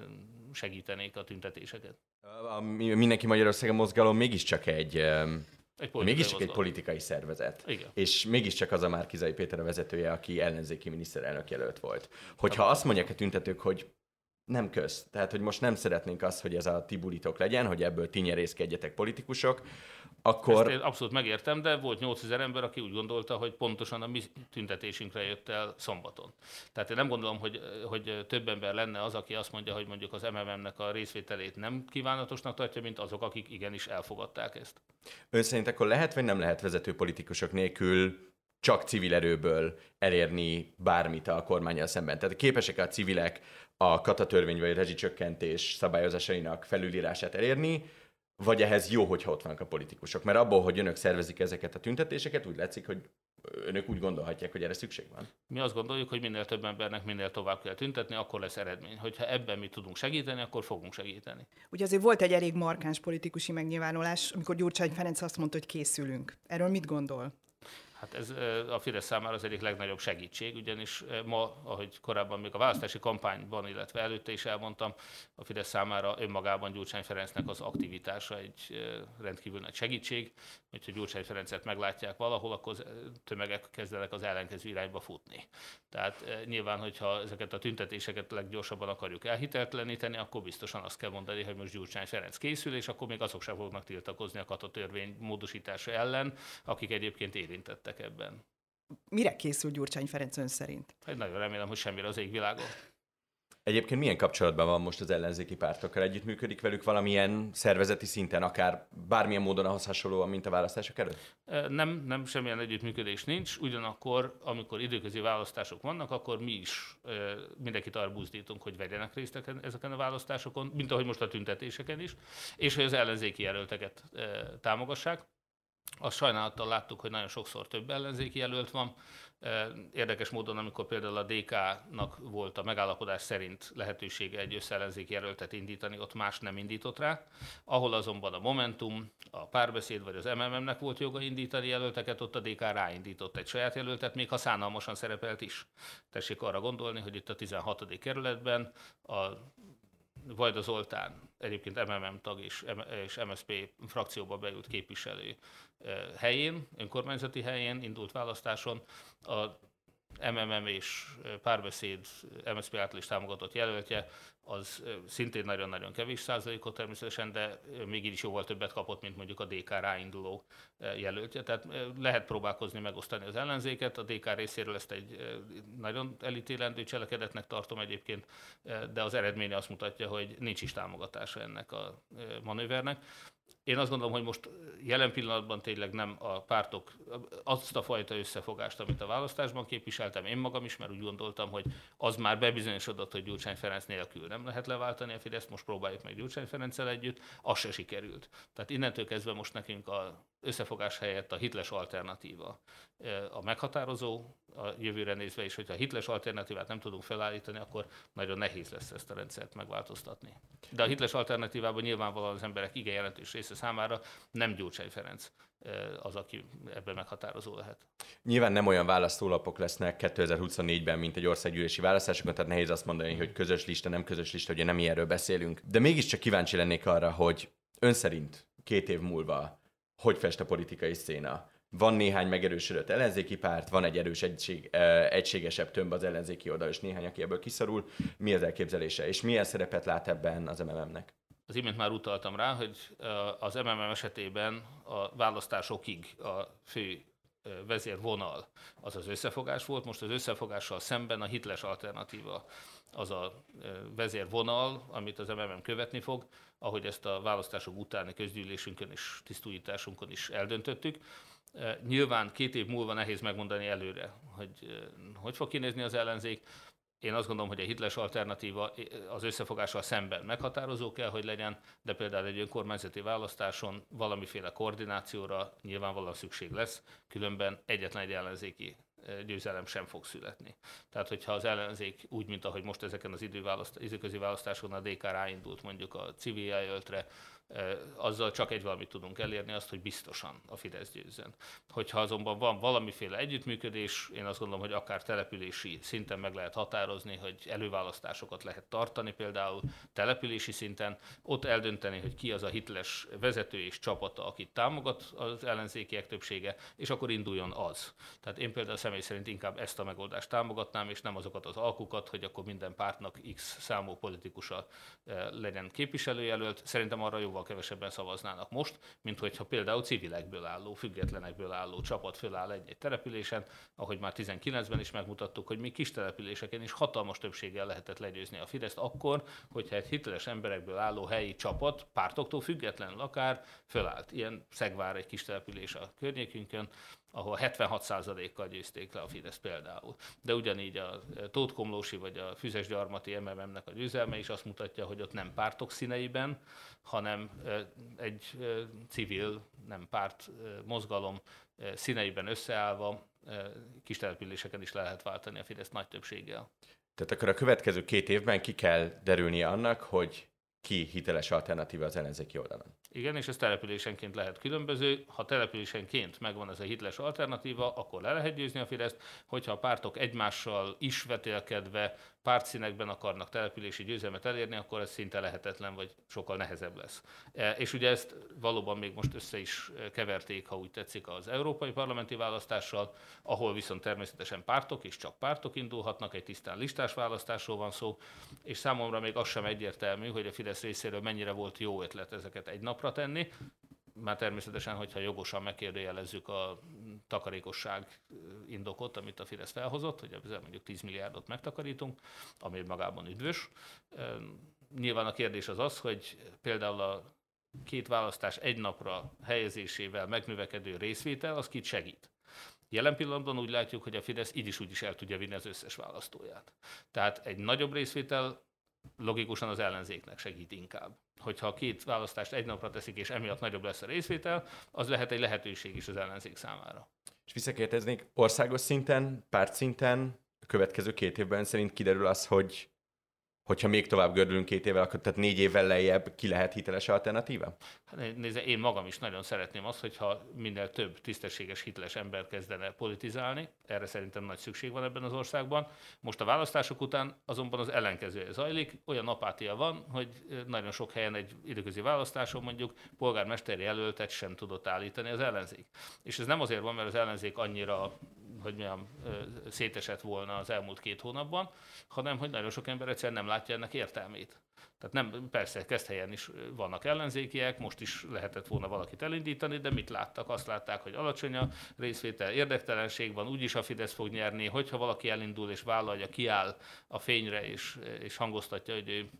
segítenék a tüntetéseket. A Mindenki Magyarországon mozgalom mégiscsak egy, egy mégiscsak egy politikai szervezet. Igen. És mégiscsak az a Márki-Zay Péter a vezetője, aki ellenzéki miniszterelnök jelölt volt. Hogyha azt mondják a tüntetők, hogy nem kösz, tehát hogy most nem szeretnénk azt, hogy ez a ti bulitok legyen, hogy ebből ti nyerészkedjetek politikusok, akkor... Ezt én abszolút megértem, de volt nyolcezer ember, aki úgy gondolta, hogy pontosan a mi tüntetésünkre jött el szombaton. Tehát én nem gondolom, hogy, hogy több ember lenne az, aki azt mondja, hogy mondjuk az em em em-nek a részvételét nem kívánatosnak tartja, mint azok, akik igenis elfogadták ezt. Ön szerint akkor lehet, vagy nem lehet vezető politikusok nélkül csak civil erőből elérni bármit a kormánnyal szemben? Tehát képesek a civilek a katatörvény vagy a rezsicsökkentés szabályozásainak felülírását elérni, vagy ehhez jó, hogyha ott vannak a politikusok? Mert abból, hogy önök szervezik ezeket a tüntetéseket, úgy látszik, hogy önök úgy gondolhatják, hogy erre szükség van. Mi azt gondoljuk, hogy minél több embernek minél tovább kell tüntetni, akkor lesz eredmény. Hogyha ebben mi tudunk segíteni, akkor fogunk segíteni. Ugye azért volt egy elég markáns politikusi megnyilvánulás, amikor Gyurcsány Ferenc azt mondta, hogy készülünk. Erről mit gondol? Hát ez a Fidesz számára az egyik legnagyobb segítség, ugyanis ma, ahogy korábban még a választási kampányban, illetve előtte is elmondtam, a Fidesz számára önmagában Gyurcsány Ferencnek az aktivitása egy rendkívül nagy segítség. Hogyha Gyurcsány Ferencet meglátják valahol, akkor tömegek kezdenek az ellenkező irányba futni. Tehát nyilván, hogyha ezeket a tüntetéseket leggyorsabban akarjuk elhitelteleníteni, akkor biztosan azt kell mondani, hogy most Gyurcsány Ferenc készül, és akkor még azok sem fognak tiltakozni a katatörvény módosítása ellen, akik egyébként érintettek ebben. Mire készül Gyurcsány Ferenc ön szerint? Hát nagyon remélem, hogy semmire az égvilágon. Egyébként milyen kapcsolatban van most az ellenzéki pártokkal? Együttműködik velük valamilyen szervezeti szinten, akár bármilyen módon ahhoz hasonlóan, mint a választások előtt? Nem, nem, semmilyen együttműködés nincs. Ugyanakkor, amikor időközi választások vannak, akkor mi is mindenkit arra buzdítunk, hogy vegyenek részt ezeken a választásokon, mint ahogy most a tüntetéseken is, és hogy az ellenzéki jelölteket támogassák. Azt sajnálattal láttuk, hogy nagyon sokszor több ellenzéki jelölt van. Érdekes módon, amikor például a dé ká-nak volt a megállapodás szerint lehetősége egy összeellenzéki jelöltet indítani, ott más nem indított rá. Ahol azonban a Momentum, a Párbeszéd vagy az em em em-nek volt joga indítani jelölteket, ott a dé ká ráindított egy saját jelöltet, még ha szánalmasan szerepelt is. Tessék arra gondolni, hogy itt a tizenhatodik kerületben a Vajda Zoltán, egyébként em em em tag és, és em es zé pé frakcióba beült képviselő helyén, önkormányzati helyén indult választáson, a em em em és Párbeszéd em es zé pé által is támogatott jelöltje, az szintén nagyon-nagyon kevés százalékot természetesen, de még így is jóval többet kapott, mint mondjuk a dé ká ráinduló jelöltje. Tehát lehet próbálkozni megosztani az ellenzéket. A dé ká részéről ezt egy nagyon elítélendő cselekedetnek tartom egyébként, de az eredménye azt mutatja, hogy nincs is támogatása ennek a manővernek. Én azt gondolom, hogy most jelen pillanatban tényleg nem a pártok azt a fajta összefogást, amit a választásban képviseltem, én magam is, mert úgy gondoltam, hogy az már bebizonyosodott, hogy Gyurcsány Ferenc nélkül nem lehet leváltani a Fideszt, most próbáljuk meg Gyurcsány Ferenccel együtt, az se sikerült. Tehát innentől kezdve most nekünk az összefogás helyett a hitles alternatíva a meghatározó a jövőre nézve is, hogyha a hitles alternatívát nem tudunk felállítani, akkor nagyon nehéz lesz ezt a rendszert megváltoztatni. De a hitles alternatívában nyilvánvalóan az emberek igen jelentős része számára nem Gyurcsány Ferenc az, aki ebben meghatározó lehet. Nyilván nem olyan választólapok lesznek kétezer-huszonnégyben, mint egy országgyűlési választásokon, tehát nehéz azt mondani, hogy közös lista, nem közös lista, ugye nem ilyenről beszélünk. De mégiscsak kíváncsi lennék arra, hogy ön szerint két év múlva hogy fest a politikai széna? van néhány megerősödött ellenzéki párt, van egy erős egység, egységesebb tömb az ellenzéki oldal, és néhány, aki ebből kiszorul. Mi az elképzelése, és milyen szerepet lát ebben az em em em-nek? Az imént már utaltam rá, hogy az em em em esetében a választásokig a fő vezérvonal az az összefogás volt, most az összefogással szemben a hitles alternatíva az a vezérvonal, amit az em em em követni fog, ahogy ezt a választások utáni közgyűlésünkön és tisztújításunkon is eldöntöttük. Nyilván két év múlva nehéz megmondani előre, hogy hogy fog kinézni az ellenzék. Én azt gondolom, hogy a hitles alternatíva az összefogással szemben meghatározó kell, hogy legyen, de például egy önkormányzati választáson valamiféle koordinációra nyilvánvalóan szükség lesz, különben egyetlen egy ellenzéki győzelem sem fog születni. Tehát, hogyha az ellenzék úgy, mint ahogy most ezeken az időválaszt- időközi választásokon a dé ká ráindult mondjuk a civil jelöltre, azzal csak egy valamit tudunk elérni, azt, hogy biztosan a Fidesz győzzön. Hogyha azonban van valamiféle együttműködés, én azt gondolom, hogy akár települési szinten meg lehet határozni, hogy előválasztásokat lehet tartani, például települési szinten, ott eldönteni, hogy ki az a hitles vezető és csapata, akit támogat az ellenzékiek többsége, és akkor induljon az. Tehát én például személy szerint inkább ezt a megoldást támogatnám, és nem azokat az alkukat, hogy akkor minden pártnak X számú politikusa legyen képviselőjelölt. Szerintem arra jóval kevesebben szavaznának most, mint hogyha például civilekből álló, függetlenekből álló csapat föláll egy-egy településen, ahogy már tizenkilencben is megmutattuk, hogy még kis településeken is hatalmas többséggel lehetett legyőzni a Fideszt akkor, hogyha egy hiteles emberekből álló helyi csapat, pártoktól függetlenül akár, fölállt. Ilyen Szegvár egy kis település a környékünkön, ahol hetvenhat százalékkal győzték le a Fidesz például. De ugyanígy a Tótkomlósi vagy a Füzesgyarmati em em em-nek a győzelme is azt mutatja, hogy ott nem pártok színeiben, hanem egy civil, nem párt mozgalom színeiben összeállva kis településeken is lehet váltani a Fidesz nagy többséggel. Tehát akkor a következő két évben ki kell derülnie annak, hogy ki hiteles alternatíva az ellenzéki oldalon. Igen, és ez településenként lehet különböző. Ha településenként megvan ez a hitles alternatíva, akkor le lehet győzni a Fideszt. Hogyha a pártok egymással is vetélkedve pártszínekben akarnak települési győzelmet elérni, akkor ez szinte lehetetlen, vagy sokkal nehezebb lesz. És ugye ezt valóban még most össze is keverték, ha úgy tetszik, az európai parlamenti választással, ahol viszont természetesen pártok és csak pártok indulhatnak, egy tisztán listás választásról van szó, és számomra még az sem egyértelmű, hogy a Fidesz részéről mennyire volt jó ötlet ezeket egy napra tenni. Már természetesen, hogyha jogosan megkérdőjelezzük a takarékosság indokot, amit a Fidesz felhozott, hogy ezzel mondjuk tíz milliárdot megtakarítunk, ami magában üdvös. Nyilván a kérdés az az, hogy például a két választás egy napra helyezésével megnövekedő részvétel, az kit segít. Jelen pillanatban úgy látjuk, hogy a Fidesz így is úgy is el tudja vinni az összes választóját. Tehát egy nagyobb részvétel logikusan az ellenzéknek segít inkább. Hogyha a két választást egy napra teszik, és emiatt nagyobb lesz a részvétel, az lehet egy lehetőség is az ellenzék számára. És visszakérdeznék, országos szinten, pártszinten a következő két évben szerint kiderül az, hogy hogyha még tovább gördülünk két évvel, akkor tehát négy évvel lejjebb ki lehet hiteles alternatíva? Nézze, én magam is nagyon szeretném azt, hogyha minél több tisztességes, hiteles ember kezdene politizálni. Erre szerintem nagy szükség van ebben az országban. Most a választások után azonban az ellenkezője zajlik. Olyan apátia van, hogy nagyon sok helyen egy időközi választáson mondjuk polgármesteri jelöltet sem tudott állítani az ellenzék. És ez nem azért van, mert az ellenzék annyira, hogy milyen szétesett volna az elmúlt két hónapban, hanem hogy nagyon sok ember egyszerűen nem látja ennek értelmét. Tehát nem, persze Keszthelyen is vannak ellenzékiek, most is lehetett volna valakit elindítani, de mit láttak? Azt látták, hogy alacsony a részvétel, érdektelenség van, úgyis a Fidesz fog nyerni, hogyha valaki elindul és vállalja, kiáll a fényre és, és hangoztatja, hogy ő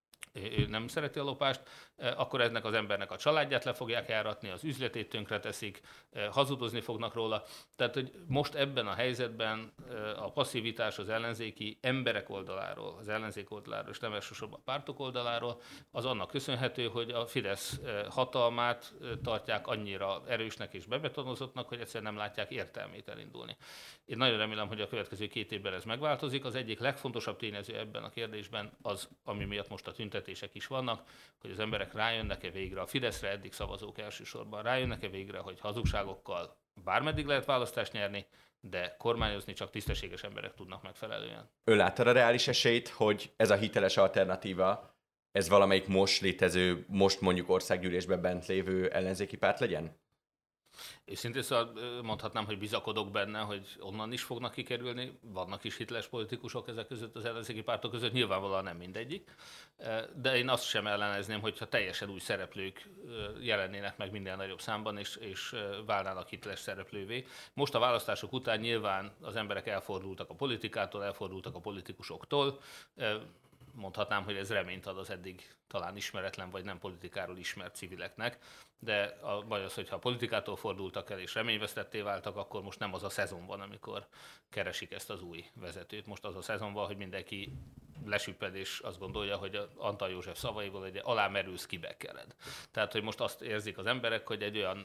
ő nem szereti a lopást, akkor ennek az embernek a családját le fogják járatni, az üzletét tönkreteszik, hazudozni fognak róla. Tehát, hogy most ebben a helyzetben a passzivitás az ellenzéki emberek oldaláról, az ellenzék oldaláról, és nem elsősorban a pártok oldaláról, az annak köszönhető, hogy a Fidesz hatalmát tartják annyira erősnek és bebetonozottnak, hogy egyszerűen nem látják értelmét elindulni. Én nagyon remélem, hogy a következő két évben ez megváltozik. Az egyik legfontosabb tényező ebben a kérdésben az, ami miatt most a tüntetések is vannak, hogy az emberek rájönnek-e végre, a Fideszre eddig szavazók elsősorban rájönnek-e végre, hogy hazugságokkal bármeddig lehet választást nyerni, de kormányozni csak tisztességes emberek tudnak megfelelően. Ön látta a reális esélyt, hogy ez a hiteles alternatíva, ez valamelyik most létező, most mondjuk országgyűlésben bent lévő ellenzéki párt legyen? Őszintén szóval mondhatnám, hogy bizakodok benne, hogy onnan is fognak kikerülni. Vannak is hiteles politikusok ezek között, az ellenzéki pártok között, nyilvánvalóan nem mindegyik. De én azt sem ellenezném, hogyha teljesen új szereplők jelennének meg minden nagyobb számban, és, és válnának hiteles szereplővé. Most a választások után nyilván az emberek elfordultak a politikától, elfordultak a politikusoktól. Mondhatnám, hogy ez reményt ad az eddig talán ismeretlen vagy nem politikáról ismert civileknek, de a baj az, hogyha a politikától fordultak el és reményvesztetté váltak, akkor most nem az a szezon van, amikor keresik ezt az új vezetőt. Most az a szezon van, hogy mindenki lesüpped és azt gondolja, hogy Antal József szavaiból egy alá merülsz, kibekkeled. Tehát, hogy most azt érzik az emberek, hogy egy olyan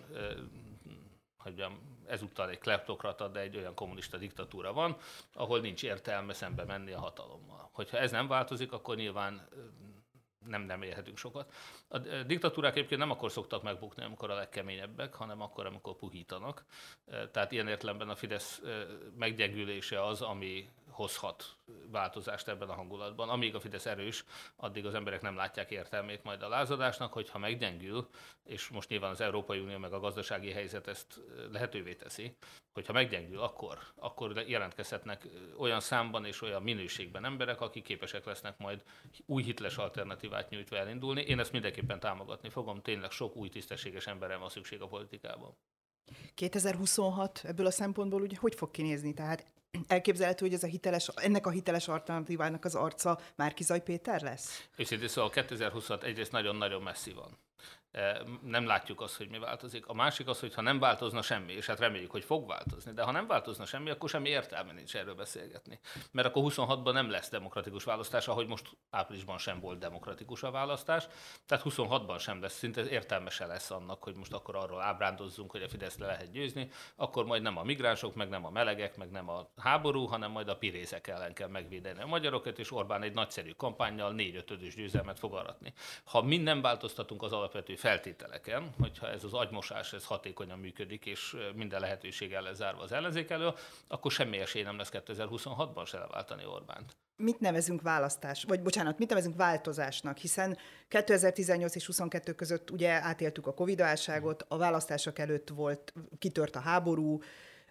hogy ezúttal egy kleptokrata, de egy olyan kommunista diktatúra van, ahol nincs értelme szembe menni a hatalommal. Hogyha ez nem változik, akkor nyilván nem, nem élhetünk sokat. A diktatúrák egyébként nem akkor szoktak megbukni, amikor a legkeményebbek, hanem akkor, amikor puhítanak. Tehát ilyen értelemben a Fidesz meggyengülése az, ami hozhat változást ebben a hangulatban. Amíg a Fidesz erős, addig az emberek nem látják értelmét majd a lázadásnak, hogyha meggyengül, és most nyilván az Európai Unió meg a gazdasági helyzet ezt lehetővé teszi, hogyha meggyengül, akkor, akkor jelentkezhetnek olyan számban és olyan minőségben emberek, akik képesek lesznek majd új hiteles alternatívát nyújtva elindulni. Én ezt mindenképpen támogatni fogom, tényleg sok új tisztességes emberre van szükség a politikában. kétezer-huszonhat ebből a szempontból ugye hogy fog kinézni? Tehát elképzelhető, hogy ez a hiteles, ennek a hiteles alternatívának az arca Márki-Zay Péter lesz? Őszintén szóval kétezer-huszonhat egyrészt nagyon-nagyon messzi van. Nem látjuk azt, hogy mi változik. A másik az, hogy ha nem változna semmi, és hát reméljük, hogy fog változni, de ha nem változna semmi, akkor semmi értelme nincs erről beszélgetni. Mert akkor huszonhatban nem lesz demokratikus választás, ahogy most áprilisban sem volt demokratikus a választás, tehát huszonhatban sem lesz, szinte értelme se lesz annak, hogy most akkor arról ábrándozzunk, hogy a Fidesz le lehet győzni, akkor majd nem a migránsok, meg nem a melegek, meg nem a háború, hanem majd a pirézek ellen kell megvédeni a magyarokat, és Orbán egy nagyszerű kampánnyal négy-ötödös győzelmet fog aratni. Ha mi nem változtatunk az alapvető feltételeken, hogyha ez az agymosás ez hatékonyan működik, és minden lehetőség el lesz zárva az ellenzék elől, akkor semmi esély nem lesz kétezer-huszonhatban se leváltani Orbánt. Mit nevezünk választás, vagy bocsánat, mit nevezünk változásnak, hiszen kétezer-tizennyolc és huszonkettő között ugye átéltük a Covid-válságot, a választások előtt volt, kitört a háború.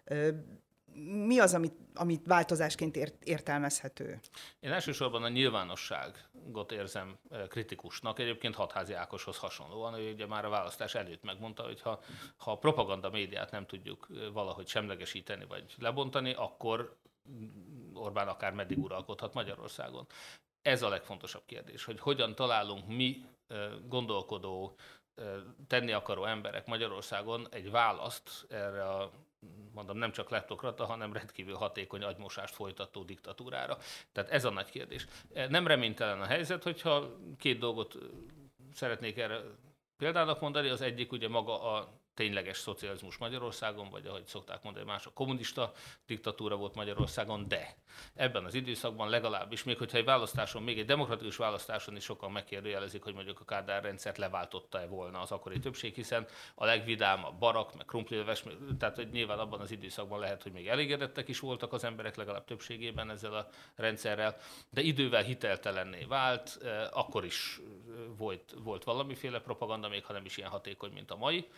Mi az, amit, amit változásként ért, értelmezhető? Én elsősorban a nyilvánosságot érzem kritikusnak, egyébként Hatházi Ákoshoz hasonlóan, ő ugye már a választás előtt megmondta, hogy ha, ha a propaganda médiát nem tudjuk valahogy semlegesíteni vagy lebontani, akkor Orbán akár meddig uralkodhat Magyarországon. Ez a legfontosabb kérdés, hogy hogyan találunk mi gondolkodó, tenni akaró emberek Magyarországon egy választ erre a mondom, nem csak kleptokrata, hanem rendkívül hatékony agymosást folytató diktatúrára. Tehát ez a nagy kérdés. Nem reménytelen a helyzet, hogyha két dolgot szeretnék erre példának mondani, az egyik ugye maga a tényleges szocializmus Magyarországon, vagy ahogy szokták mondani mások, kommunista diktatúra volt Magyarországon, de ebben az időszakban legalábbis, még hogyha egy választáson, még egy demokratikus választáson is sokan megkérdőjelezik, hogy mondjuk a Kádár rendszert leváltotta-e volna az akkori többség, hiszen a legvidámabb barak, meg krumplilves, tehát hogy nyilván abban az időszakban lehet, hogy még elégedettek is voltak az emberek legalább többségében ezzel a rendszerrel, de idővel hiteltelenné vált, akkor is volt, volt valamiféle propaganda, még ha nem is ilyen hatékony, mint a mai,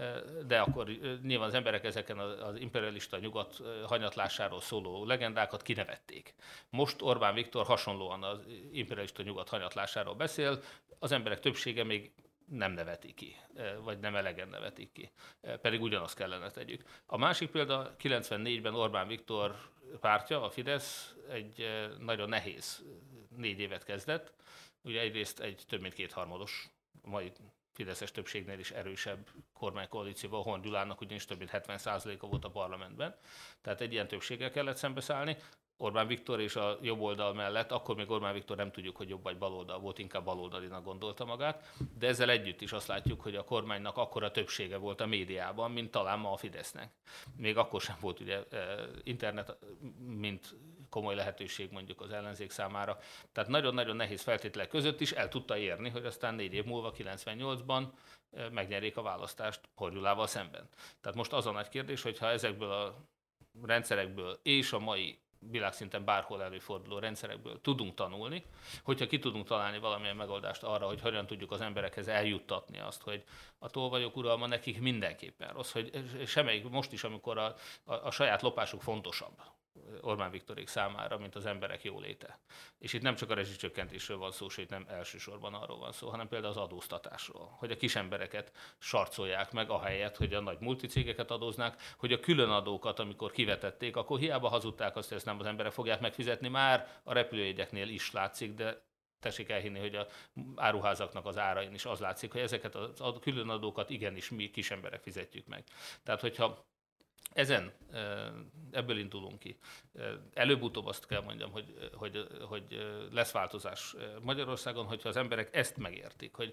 de akkor nyilván az emberek ezeken az imperialista nyugat hanyatlásáról szóló legendákat kinevették. Most Orbán Viktor hasonlóan az imperialista nyugat hanyatlásáról beszél, az emberek többsége még nem neveti ki, vagy nem elegen nevetik ki, pedig ugyanazt kellene tegyük. A másik példa, kilencvennégyben Orbán Viktor pártja, a Fidesz egy nagyon nehéz négy évet kezdett, ugye egyrészt egy több mint kétharmados, mai fideszes többségnél is erősebb kormánykoalícióval, Horn Gyulának ugyanis több mint hetven százaléka volt a parlamentben, tehát egy ilyen többséggel kellett szembeszállni. Orbán Viktor és a jobb oldal mellett, akkor még Orbán Viktor nem tudjuk, hogy jobb vagy baloldal volt, inkább baloldalinak gondolta magát, de ezzel együtt is azt látjuk, hogy a kormánynak akkora többsége volt a médiában, mint talán ma a Fidesznek. Még akkor sem volt ugye internet, mint komoly lehetőség mondjuk az ellenzék számára. Tehát nagyon-nagyon nehéz feltételek között is el tudta érni, hogy aztán négy év múlva, kilencvennyolcban megnyerjék a választást Horn Gyulával szemben. Tehát most az a nagy kérdés, hogy ha ezekből a rendszerekből és a mai világszinten bárhol előforduló rendszerekből tudunk tanulni, hogyha ki tudunk találni valamilyen megoldást arra, hogy hogyan tudjuk az emberekhez eljuttatni azt, hogy a tolvajok uralma nekik mindenképpen rossz, hogy semmelyik most is, amikor a, a, a saját lopásuk fontosabb Orbán Viktorék számára, mint az emberek jóléte. És itt nem csak a rezsicsökkentésről van szó, sőt nem elsősorban arról van szó, hanem például az adóztatásról, hogy a kis embereket sarcolják meg, ahelyett, hogy a nagy multicégeket adóznák, hogy a különadókat, amikor kivetették, akkor hiába hazudták azt, hogy ezt nem az emberek fogják megfizetni, már a repülőjegyeknél is látszik, de tessék elhinni, hogy a áruházaknak az árain is az látszik, hogy ezeket a különadókat igenis mi kis emberek fizetjük meg. Tehát, hogyha ezen, ebből indulunk ki. Előbb-utóbb azt kell mondjam, hogy, hogy, hogy lesz változás Magyarországon, hogyha az emberek ezt megértik, hogy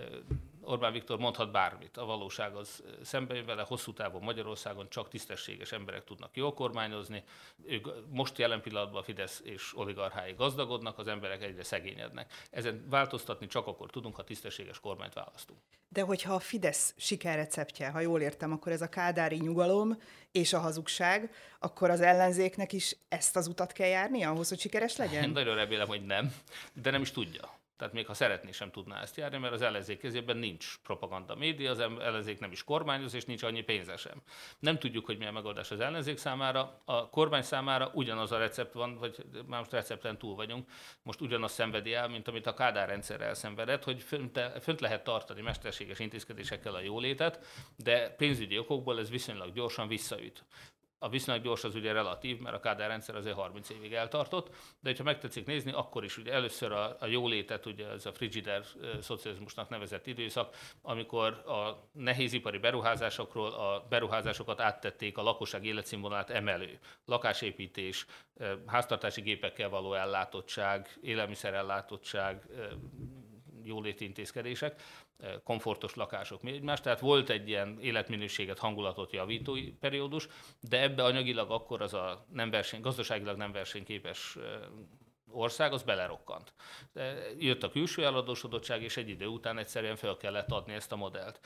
Orbán Viktor mondhat bármit, a valóság az szembe jön vele, hosszú távon Magyarországon csak tisztességes emberek tudnak jól kormányozni. Ők most jelen pillanatban a Fidesz és oligarchái gazdagodnak, az emberek egyre szegényednek. Ezen változtatni csak akkor tudunk, ha tisztességes kormányt választunk. De hogyha a Fidesz sikerreceptje, ha jól értem, akkor ez a kádári nyugalom és a hazugság, akkor az ellenzéknek is ezt az utat kell járni ahhoz, hogy sikeres legyen? Én nagyon remélem, hogy nem, de nem is tudja. Tehát még ha szeretné, sem tudná ezt járni, mert az ellenzék kezében nincs propaganda média, az ellenzék nem is kormányoz, és nincs annyi pénze sem. Nem tudjuk, hogy milyen megoldás az ellenzék számára, a kormány számára ugyanaz a recept van, vagy már most recepten túl vagyunk, most ugyanaz szenvedi el, mint amit a Kádár rendszer elszenvedett, hogy fönt, fönt lehet tartani mesterséges intézkedésekkel a jólétet, de pénzügyi okokból ez viszonylag gyorsan visszaüt. A viszonylag gyors az ugye relatív, mert a Kádár rendszer azért harminc évig eltartott, de ha megtetszik nézni, akkor is ugye először a, a jólétet, ugye ez a frigider szocializmusnak nevezett időszak, amikor a nehézipari beruházásokról a beruházásokat áttették a lakosság életszínvonalát emelő. Lakásépítés, háztartási gépekkel való ellátottság, élelmiszerellátottság, jóléti intézkedések, komfortos lakások, még más. Tehát volt egy ilyen életminőséget, hangulatot javító periódus, de ebbe anyagilag akkor az a nem verseny, gazdaságilag nem versenyképes ország, az belerokkant. Jött a külső eladósodottság, és egy idő után egyszerűen fel kellett adni ezt a modellt.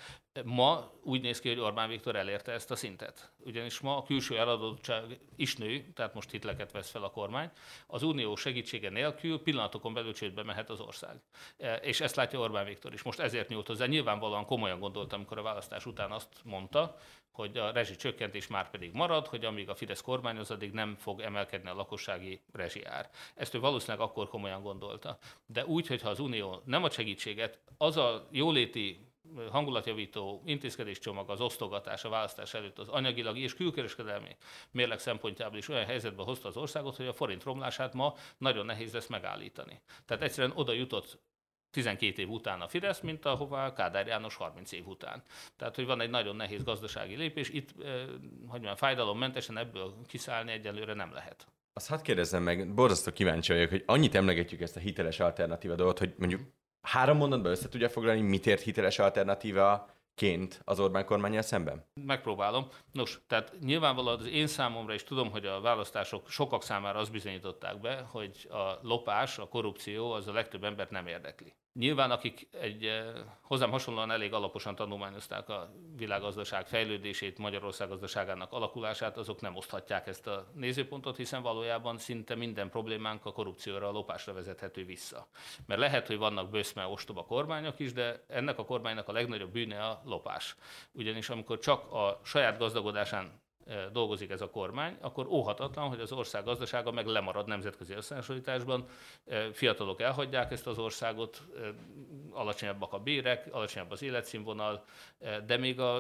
Ma úgy néz ki, hogy Orbán Viktor elérte ezt a szintet. Ugyanis ma a külső eladósodottság is nő, tehát most hitleket vesz fel a kormány. Az unió segítsége nélkül pillanatokon belül csődbe mehet az ország. És ezt látja Orbán Viktor is. Most ezért nyújt hozzá. Nyilvánvalóan komolyan gondoltam, amikor a választás után azt mondta, hogy a rezsicsökkentés már pedig marad, hogy amíg a Fidesz kormányoz, addig nem fog emelkedni a lakossági rezsiár. Ezt ő valószínűleg akkor komolyan gondolta. De úgy, hogyha az Unió nem ad segítséget, az a jóléti hangulatjavító intézkedéscsomag, az osztogatás a választás előtt az anyagilag és külkereskedelmi mérleg szempontjából is olyan helyzetbe hozta az országot, hogy a forint romlását ma nagyon nehéz lesz megállítani. Tehát egyszerűen oda jutott tizenkét év után a Fidesz, mint ahová Kádár János harminc év után. Tehát, hogy van egy nagyon nehéz gazdasági lépés, itt, eh, hogy mondjam, fájdalommentesen ebből kiszállni egyelőre nem lehet. Azt hadd kérdezzem meg, borzasztó kíváncsi vagyok, hogy annyit emlegetjük ezt a hiteles alternatíva dolgot, hogy mondjuk három mondatban össze tudja foglalni, mit ért hiteles alternatívaként az Orbán kormánnyal szemben? Megpróbálom. Nos, tehát nyilvánvalóan az én számomra is tudom, hogy a választások sokak számára azt bizonyították be, hogy a lopás, a korrupció az a legtöbb embert nem érdekli. Nyilván, akik egy hozzám hasonlóan elég alaposan tanulmányozták a világgazdaság fejlődését, Magyarország gazdaságának alakulását, azok nem oszthatják ezt a nézőpontot, hiszen valójában szinte minden problémánk a korrupcióra, a lopásra vezethető vissza. Mert lehet, hogy vannak böszme, ostoba kormányok is, de ennek a kormánynak a legnagyobb bűne a lopás. Ugyanis amikor csak a saját gazdagodásán dolgozik ez a kormány, akkor óhatatlan, hogy az ország gazdasága meg lemarad nemzetközi összehasonlításban. Fiatalok elhagyják ezt az országot, alacsonyabbak a bérek, alacsonyabb az életszínvonal, de még a,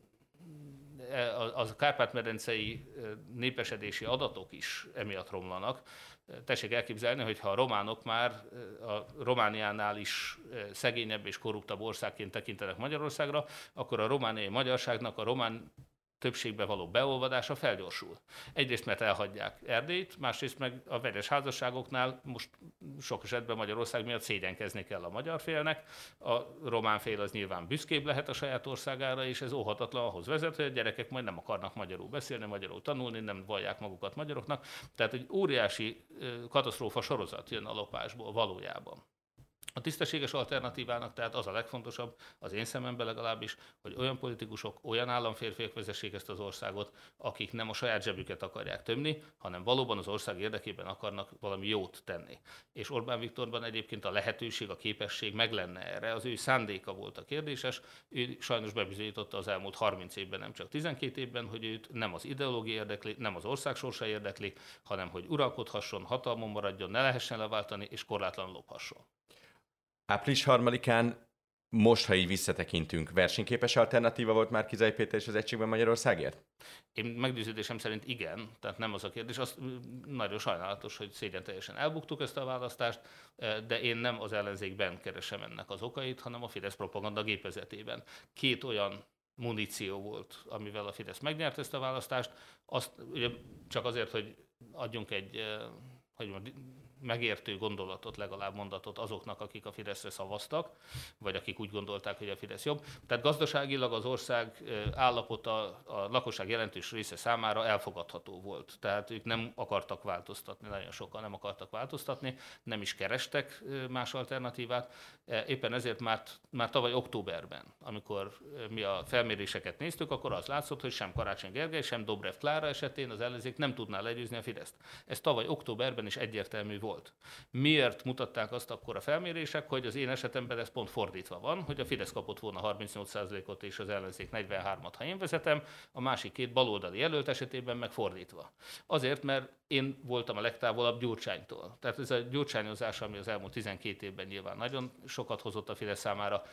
a, a kárpát-medencei népesedési adatok is emiatt romlanak. Tessék elképzelni, hogy ha a románok már a Romániánál is szegényebb és korruptabb országként tekintenek Magyarországra, akkor a romániai magyarságnak a román többségbe való beolvadása felgyorsul. Egyrészt, mert elhagyják Erdélyt, másrészt meg a vegyes házasságoknál most sok esetben Magyarország miatt szégyenkezni kell a magyar félnek. A román fél az nyilván büszkébb lehet a saját országára, és ez óhatatlan ahhoz vezet, hogy a gyerekek majd nem akarnak magyarul beszélni, magyarul tanulni, nem vallják magukat magyaroknak. Tehát egy óriási katasztrófa sorozat jön a lopásból valójában. A tisztességes alternatívának tehát az a legfontosabb, az én szememben legalábbis, hogy olyan politikusok, olyan államférfiak vezessék ezt az országot, akik nem a saját zsebüket akarják tömni, hanem valóban az ország érdekében akarnak valami jót tenni. És Orbán Viktorban egyébként a lehetőség, a képesség meg lenne erre, az ő szándéka volt a kérdéses, ő sajnos bebizonyította az elmúlt harminc évben, nem csak tizenkét évben, hogy őt nem az ideológia érdekli, nem az ország sorsa érdekli, hanem hogy uralkodhasson, hatalmon maradjon, ne lehessen leváltani és korlátlanul lophasson. április harmadikán, most, ha így visszatekintünk, versenyképes alternatíva volt Márki-Zay Péter és az Egységben Magyarországért? Én meggyőződésem szerint igen, tehát nem az a kérdés. Az nagyon sajnálatos, hogy szégyen teljesen elbuktuk ezt a választást, de én nem az ellenzékben keresem ennek az okait, hanem a Fidesz propaganda gépezetében. Két olyan muníció volt, amivel a Fidesz megnyert ezt a választást, azt ugye csak azért, hogy adjunk egy, hogy mondjam, megértő gondolatot, legalább mondatot azoknak, akik a Fideszre szavaztak, vagy akik úgy gondolták, hogy a Fidesz jobb. Tehát gazdaságilag az ország állapota a lakosság jelentős része számára elfogadható volt. Tehát ők nem akartak változtatni, nagyon sokan nem akartak változtatni, nem is kerestek más alternatívát. Éppen ezért már, már tavaly októberben, amikor mi a felméréseket néztük, akkor az látszott, hogy sem Karácsony Gergely, sem Dobrev Klára esetén az ellenzék nem tudná legyőzni a Fideszt. Ez tavaly októberben is egyértelmű volt. Miért mutatták azt akkor a felmérések, hogy az én esetemben ez pont fordítva van, hogy a Fidesz kapott volna harmincnyolc százalékot és az ellenzék negyvenhármat, ha én vezetem, a másik két baloldali jelölt esetében meg fordítva. Azért, mert én voltam a legtávolabb Gyurcsánytól. Tehát ez a gyurcsányozás, ami az elmúlt tizenkét évben nyilván nagyon sokat hozott a Fidesz számára,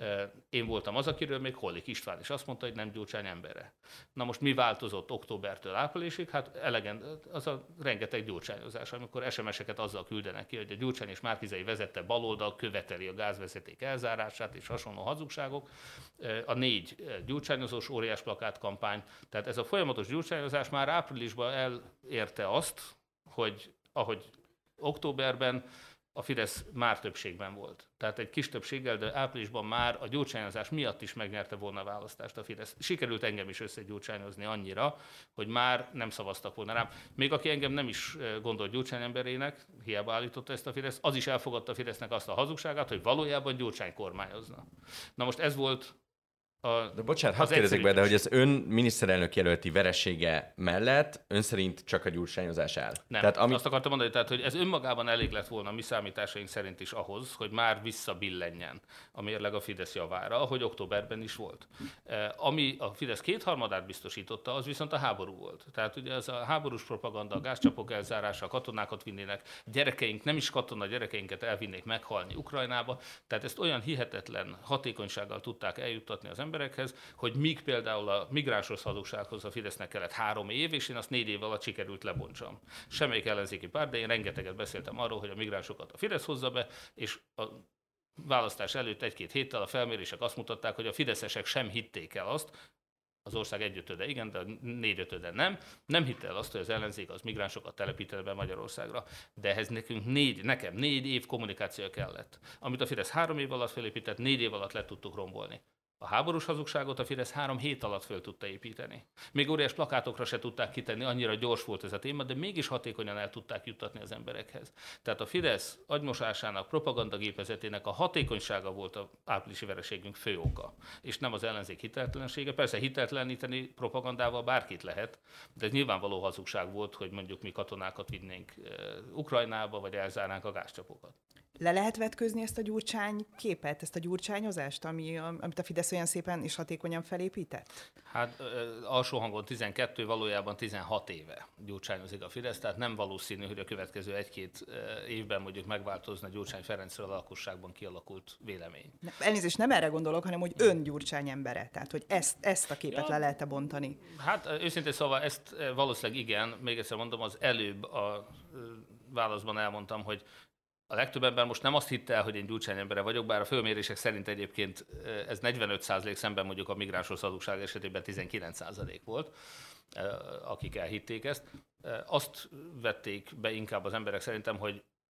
én voltam az, akiről még Hollik István is azt mondta, hogy nem Gyurcsány embere. Na most mi változott októbertől áprilisig? Hát elegen, az a rengeteg gyurcsányozás, amikor es em es-eket azzal küldenek ki, hogy a Gyurcsány és Márki-Zay vezette baloldal követeli a gázvezeték elzárását és hasonló hazugságok. A négy gyurcsányozós óriás plakátkampány, tehát ez a folyamatos gyurcsányozás már áprilisban elérte azt, hogy ahogy októberben a Fidesz már többségben volt. Tehát egy kis többséggel, de áprilisban már a gyurcsányozás miatt is megnyerte volna a választást a Fidesz. Sikerült engem is összegyurcsányozni annyira, hogy már nem szavaztak volna rám. Még aki engem nem is gondolt Gyurcsány emberének, hiába állította ezt a Fidesz, az is elfogadta a Fidesznek azt a hazugságát, hogy valójában Gyurcsány kormányozna. Na most ez volt a, de bocsánat, hadd kérdezzek be, de hogy az ön miniszterelnök jelölti veresége mellett ön szerint csak a gyurcsányozás áll? Nem, tehát, ami... azt akartam mondani, tehát, hogy ez önmagában elég lett volna a mi számításaink szerint is ahhoz, hogy már visszabillenjen a mérleg a Fidesz javára, ahogy októberben is volt. Ami a Fidesz kétharmadát biztosította, az viszont a háború volt. Tehát ugye ez a háborús propaganda, a gázcsapok elzárása, a katonákat vinnének, gyerekeink, nem is katona gyerekeinket elvinnék meghalni Ukrajnába, tehát ezt olyan hihetetlen hatékonysággal tudták eljuttatni az emberekhez, hogy míg például a migránsos hazugsághoz a Fidesznek kellett három év, és én azt négy év alatt sikerült lebontsam. Semmelyik ellenzéki párt, de én rengeteget beszéltem arról, hogy a migránsokat a Fidesz hozza be, és a választás előtt egy-két héttel a felmérések azt mutatták, hogy a fideszesek sem hitték el azt, az ország egyötöde igen, de a négyötöde nem. Nem hitte el azt, hogy az ellenzék az migránsokat telepítene be Magyarországra. De ehhez nekünk négy, nekem négy év kommunikáció kellett. Amit a Fidesz három év alatt felépített, négy év alatt le tudtuk rombolni. A háborús hazugságot a Fidesz három hét alatt föl tudta építeni. Még óriás plakátokra se tudták kitenni, annyira gyors volt ez a téma, de mégis hatékonyan el tudták juttatni az emberekhez. Tehát a Fidesz agymosásának, propagandagépezetének a hatékonysága volt az áprilisi vereségünk fő oka, és nem az ellenzék hiteltelensége. Persze hitelteleníteni propagandával bárkit lehet, de ez nyilvánvaló hazugság volt, hogy mondjuk mi katonákat vinnénk Ukrajnába, vagy elzárnánk a gázcsapokat. Le lehet vetközni ezt a Gyurcsány képet, ezt a gyurcsányozást, ami, amit a Fidesz olyan szépen és hatékonyan felépített? Hát alsó hangon tizenkettő, valójában tizenhat éve gyurcsányozik a Fidesz, tehát nem valószínű, hogy a következő egy-két évben mondjuk megváltozna Gyurcsány Ferencről a lakosságban kialakult vélemény. Ne, elnézést, nem erre gondolok, hanem hogy ön Gyurcsány embere, tehát hogy ezt, ezt a képet ja, le lehet-e bontani? Hát őszintén szóval ezt valószínűleg igen, még egyszer mondom, az előbb a válaszban elmondtam, hogy a legtöbb ember most nem azt hitte el, hogy én Gyurcsány embere vagyok, bár a fölmérések szerint egyébként ez negyvenöt százalék szemben mondjuk a migránsos hazugság esetében tizenkilenc százalék volt, akik elhitték ezt. Azt vették be inkább az emberek szerintem, hogy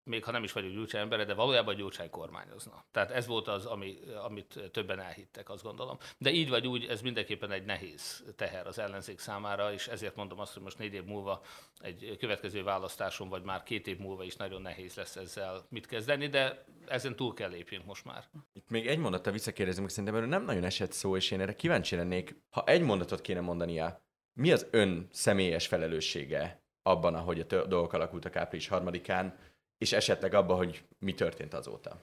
még ha nem is vagyok Gyurcsány embere, de valójában Gyurcsány kormányozna. Tehát ez volt az, ami, amit többen elhittek, azt gondolom. De így vagy úgy, ez mindenképpen egy nehéz teher az ellenzék számára, és ezért mondom azt, hogy most négy év múlva egy következő választáson, vagy már két év múlva is nagyon nehéz lesz ezzel mit kezdeni, de ezen túl kell lépjünk most már. Itt még egy mondattal visszakérdezem, hogy szerintem erről nem nagyon esett szó, és én erre kíváncsi lennék, ha egy mondatot kéne mondania, mi az ön személyes felelőssége abban, ahogy a tö- dolgok alakultak április harmadikán, és esetleg abban, hogy mi történt azóta?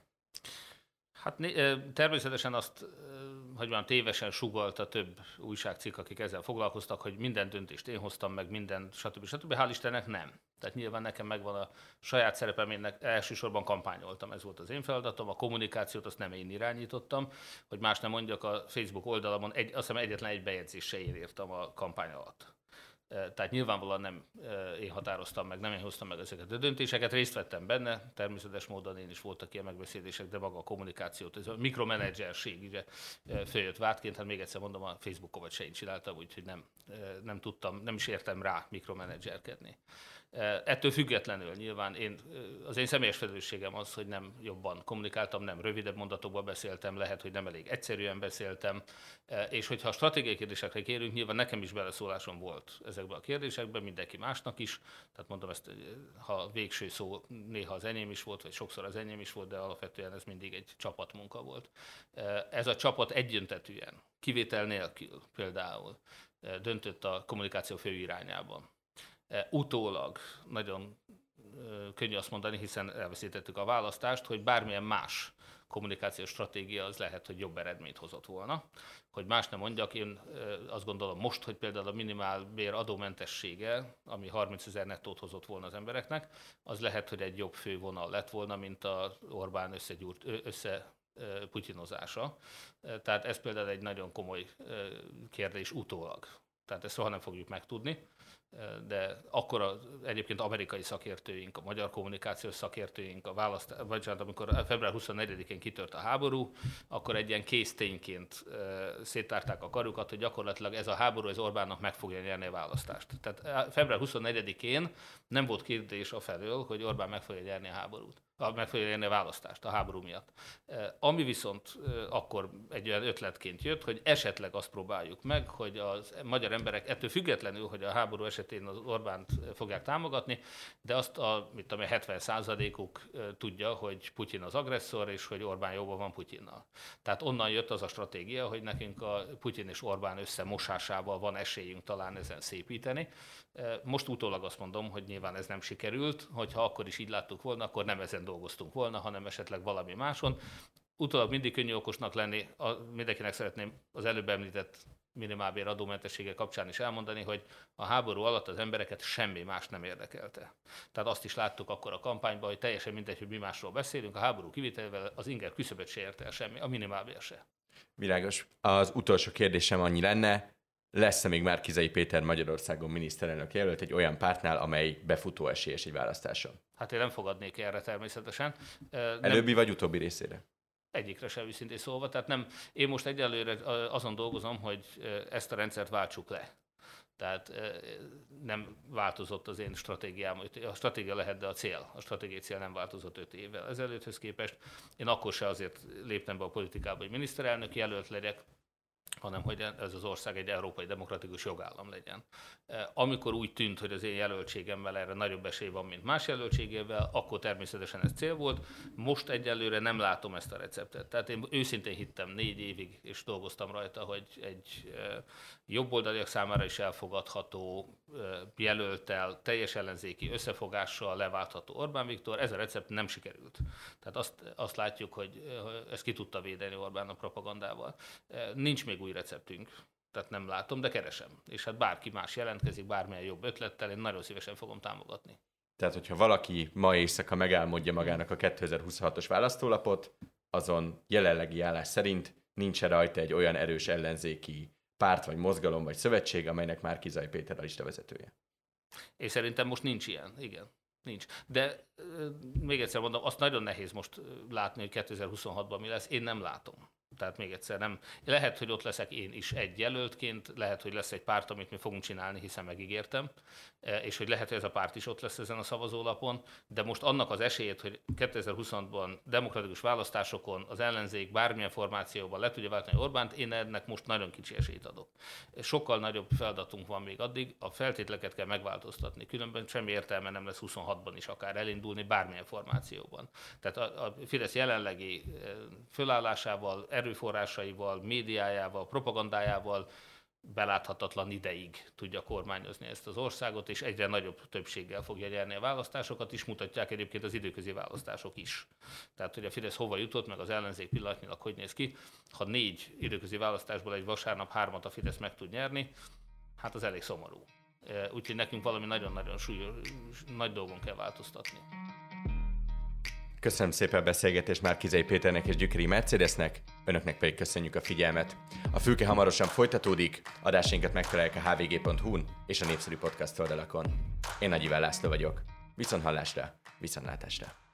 Hát természetesen azt, hogy van, tévesen sugallta több újságcikk, akik ezzel foglalkoztak, hogy minden döntést én hoztam meg, minden, stb. stb. Hál' Istennek nem. Tehát nyilván nekem megvan a saját szerepem, én elsősorban kampányoltam, ez volt az én feladatom, a kommunikációt azt nem én irányítottam, hogy más nem mondjak, a Facebook oldalamon egy, azt hiszem egyetlen egy bejegyzést se én írtam a kampány alatt. Tehát nyilvánvalóan nem én határoztam meg, nem én hoztam meg ezeket a döntéseket, részt vettem benne, természetes módon én is voltak ilyen megbeszélések, de maga a kommunikációt, ez a mikromenedzserség ugye följött vádként, hát még egyszer mondom, a Facebookon vagy se én csináltam, úgyhogy nem, nem tudtam, nem is értem rá mikromenedzserkedni. Ettől függetlenül nyilván én, az én személyes felelősségem az, hogy nem jobban kommunikáltam, nem rövidebb mondatokban beszéltem, lehet, hogy nem elég egyszerűen beszéltem, és hogyha a stratégiai kérdésekre kérünk, nyilván nekem is beleszólásom volt ezekben a kérdésekben, mindenki másnak is, tehát mondom ezt, ha végső szó néha az enyém is volt, vagy sokszor az enyém is volt, de alapvetően ez mindig egy csapatmunka volt. Ez a csapat egyöntetűen, kivétel nélkül például döntött a kommunikáció fő irányában. Utólag nagyon könnyű azt mondani, hiszen elveszítettük a választást, hogy bármilyen más kommunikációs stratégia az lehet, hogy jobb eredményt hozott volna. Hogy más nem mondjak, én azt gondolom most, hogy például a minimálbér adómentessége, ami harmincezer nettót hozott volna az embereknek, az lehet, hogy egy jobb fővonal lett volna, mint a Orbán összegyúrt, össze putyinozása. Tehát ez például egy nagyon komoly kérdés utólag. Tehát ezt soha nem fogjuk megtudni. De akkor az egyébként amerikai szakértőink, a magyar kommunikációs szakértőink, a választ, vagy amikor február huszonnegyedikén kitört a háború, akkor egy ilyen késztényként széttárták a karukat, hogy gyakorlatilag ez a háború, ez Orbánnak meg fogja nyerni a választást. Tehát február huszonnegyedikén nem volt kérdés afelől, hogy Orbán meg fogja nyerni a háborút. meg fogja nyerni a választást a háború miatt. Ami viszont akkor egy olyan ötletként jött, hogy esetleg azt próbáljuk meg, hogy a magyar emberek ettől függetlenül, hogy a háború esetén az Orbánt fogják támogatni, de azt a, mit tudom, hetven százalékuk tudja, hogy Putyin az agresszor, és hogy Orbán jobban van Putyinnal. Tehát onnan jött az a stratégia, hogy nekünk a Putyin és Orbán összemosásával van esélyünk talán ezen szépíteni. Most utólag azt mondom, hogy nyilván ez nem sikerült, hogyha akkor is így láttuk volna, akkor nem ezen dolgoztunk volna, hanem esetleg valami máson. Utólag mindig könnyű okosnak lenni, a, mindenkinek szeretném az előbb említett minimálbér adómentessége kapcsán is elmondani, hogy a háború alatt az embereket semmi más nem érdekelte. Tehát azt is láttuk akkor a kampányban, hogy teljesen mindegy, hogy mi másról beszélünk, a háború kivételével az inger küszöböt se ért el semmi, a minimálbér se. Világos. Az utolsó kérdésem annyi lenne, lesz-e még Márki-Zay Péter Magyarországon miniszterelnök jelölt egy olyan pártnál, amely befutó esélyes egy választáson? Hát én nem fogadnék erre természetesen. Előbbi nem... vagy utóbbi részére? Egyikre sem őszintén szólva. Tehát nem, én most egyelőre azon dolgozom, hogy ezt a rendszert váltsuk le. Tehát nem változott az én stratégiám. A stratégia lehet, de a cél. A stratégiai cél nem változott öt évvel ezelőtthöz képest. Én akkor se azért léptem be a politikába, hogy miniszterelnök jelölt legyek, hanem hogy ez az ország egy európai demokratikus jogállam legyen. Amikor úgy tűnt, hogy az én jelöltségemmel erre nagyobb esély van, mint más jelöltségével, akkor természetesen ez cél volt. Most egyelőre nem látom ezt a receptet. Tehát én őszintén hittem négy évig, és dolgoztam rajta, hogy egy jobboldaliak számára is elfogadható jelölttel, teljes ellenzéki összefogással leváltható Orbán Viktor, ez a recept nem sikerült. Tehát azt, azt látjuk, hogy ezt ki tudta védeni Orbán a propagandával. Nincs még új receptünk, tehát nem látom, de keresem. És hát bárki más jelentkezik, bármilyen jobb ötlettel, én nagyon szívesen fogom támogatni. Tehát, hogyha valaki ma éjszaka megálmodja magának a kétezer-huszonhatos választólapot, azon jelenlegi állás szerint nincs rajta egy olyan erős ellenzéki párt, vagy mozgalom, vagy szövetség, amelynek Márki-Zay Péter a listavezetője. És szerintem most nincs ilyen, igen. Nincs. De euh, még egyszer mondom, azt nagyon nehéz most látni, hogy kétezer-huszonhatban mi lesz. Én nem látom. Tehát még egyszer nem. Lehet, hogy ott leszek én is egy jelöltként, lehet, hogy lesz egy párt, amit mi fogunk csinálni, hiszen megígértem, és hogy lehet, hogy ez a párt is ott lesz ezen a szavazólapon, de most annak az esélyét, hogy kétezer-huszonban demokratikus választásokon az ellenzék bármilyen formációban le tudja váltani Orbánt, én ennek most nagyon kicsi esélyt adok. Sokkal nagyobb feladatunk van még addig, a feltételeket kell megváltoztatni, különben semmi értelme nem lesz huszonhatban is akár elindulni bármilyen formációban. Tehát a, a Fidesz jelenlegi fölállásával, erőforrásaival, médiájával, propagandájával beláthatatlan ideig tudja kormányozni ezt az országot, és egyre nagyobb többséggel fogja nyerni a választásokat is, mutatják egyébként az időközi választások is. Tehát, hogy a Fidesz hova jutott, meg az ellenzék pillanatnyilag hogy néz ki, ha négy időközi választásból egy vasárnap hármat a Fidesz meg tud nyerni, hát az elég szomorú. Úgyhogy nekünk valami nagyon-nagyon súlyos, nagy dolgon kell változtatni. Köszönöm szépen a beszélgetést Márki-Zay Péternek és Gyökéri Mercedesnek, önöknek pedig köszönjük a figyelmet. A Fülke hamarosan folytatódik, adásainkat megtalálják a há vé gé pont hu-n és a népszerű podcast oldalakon. Én Nagy Iván László vagyok. Viszont hallásra, viszontlátásra.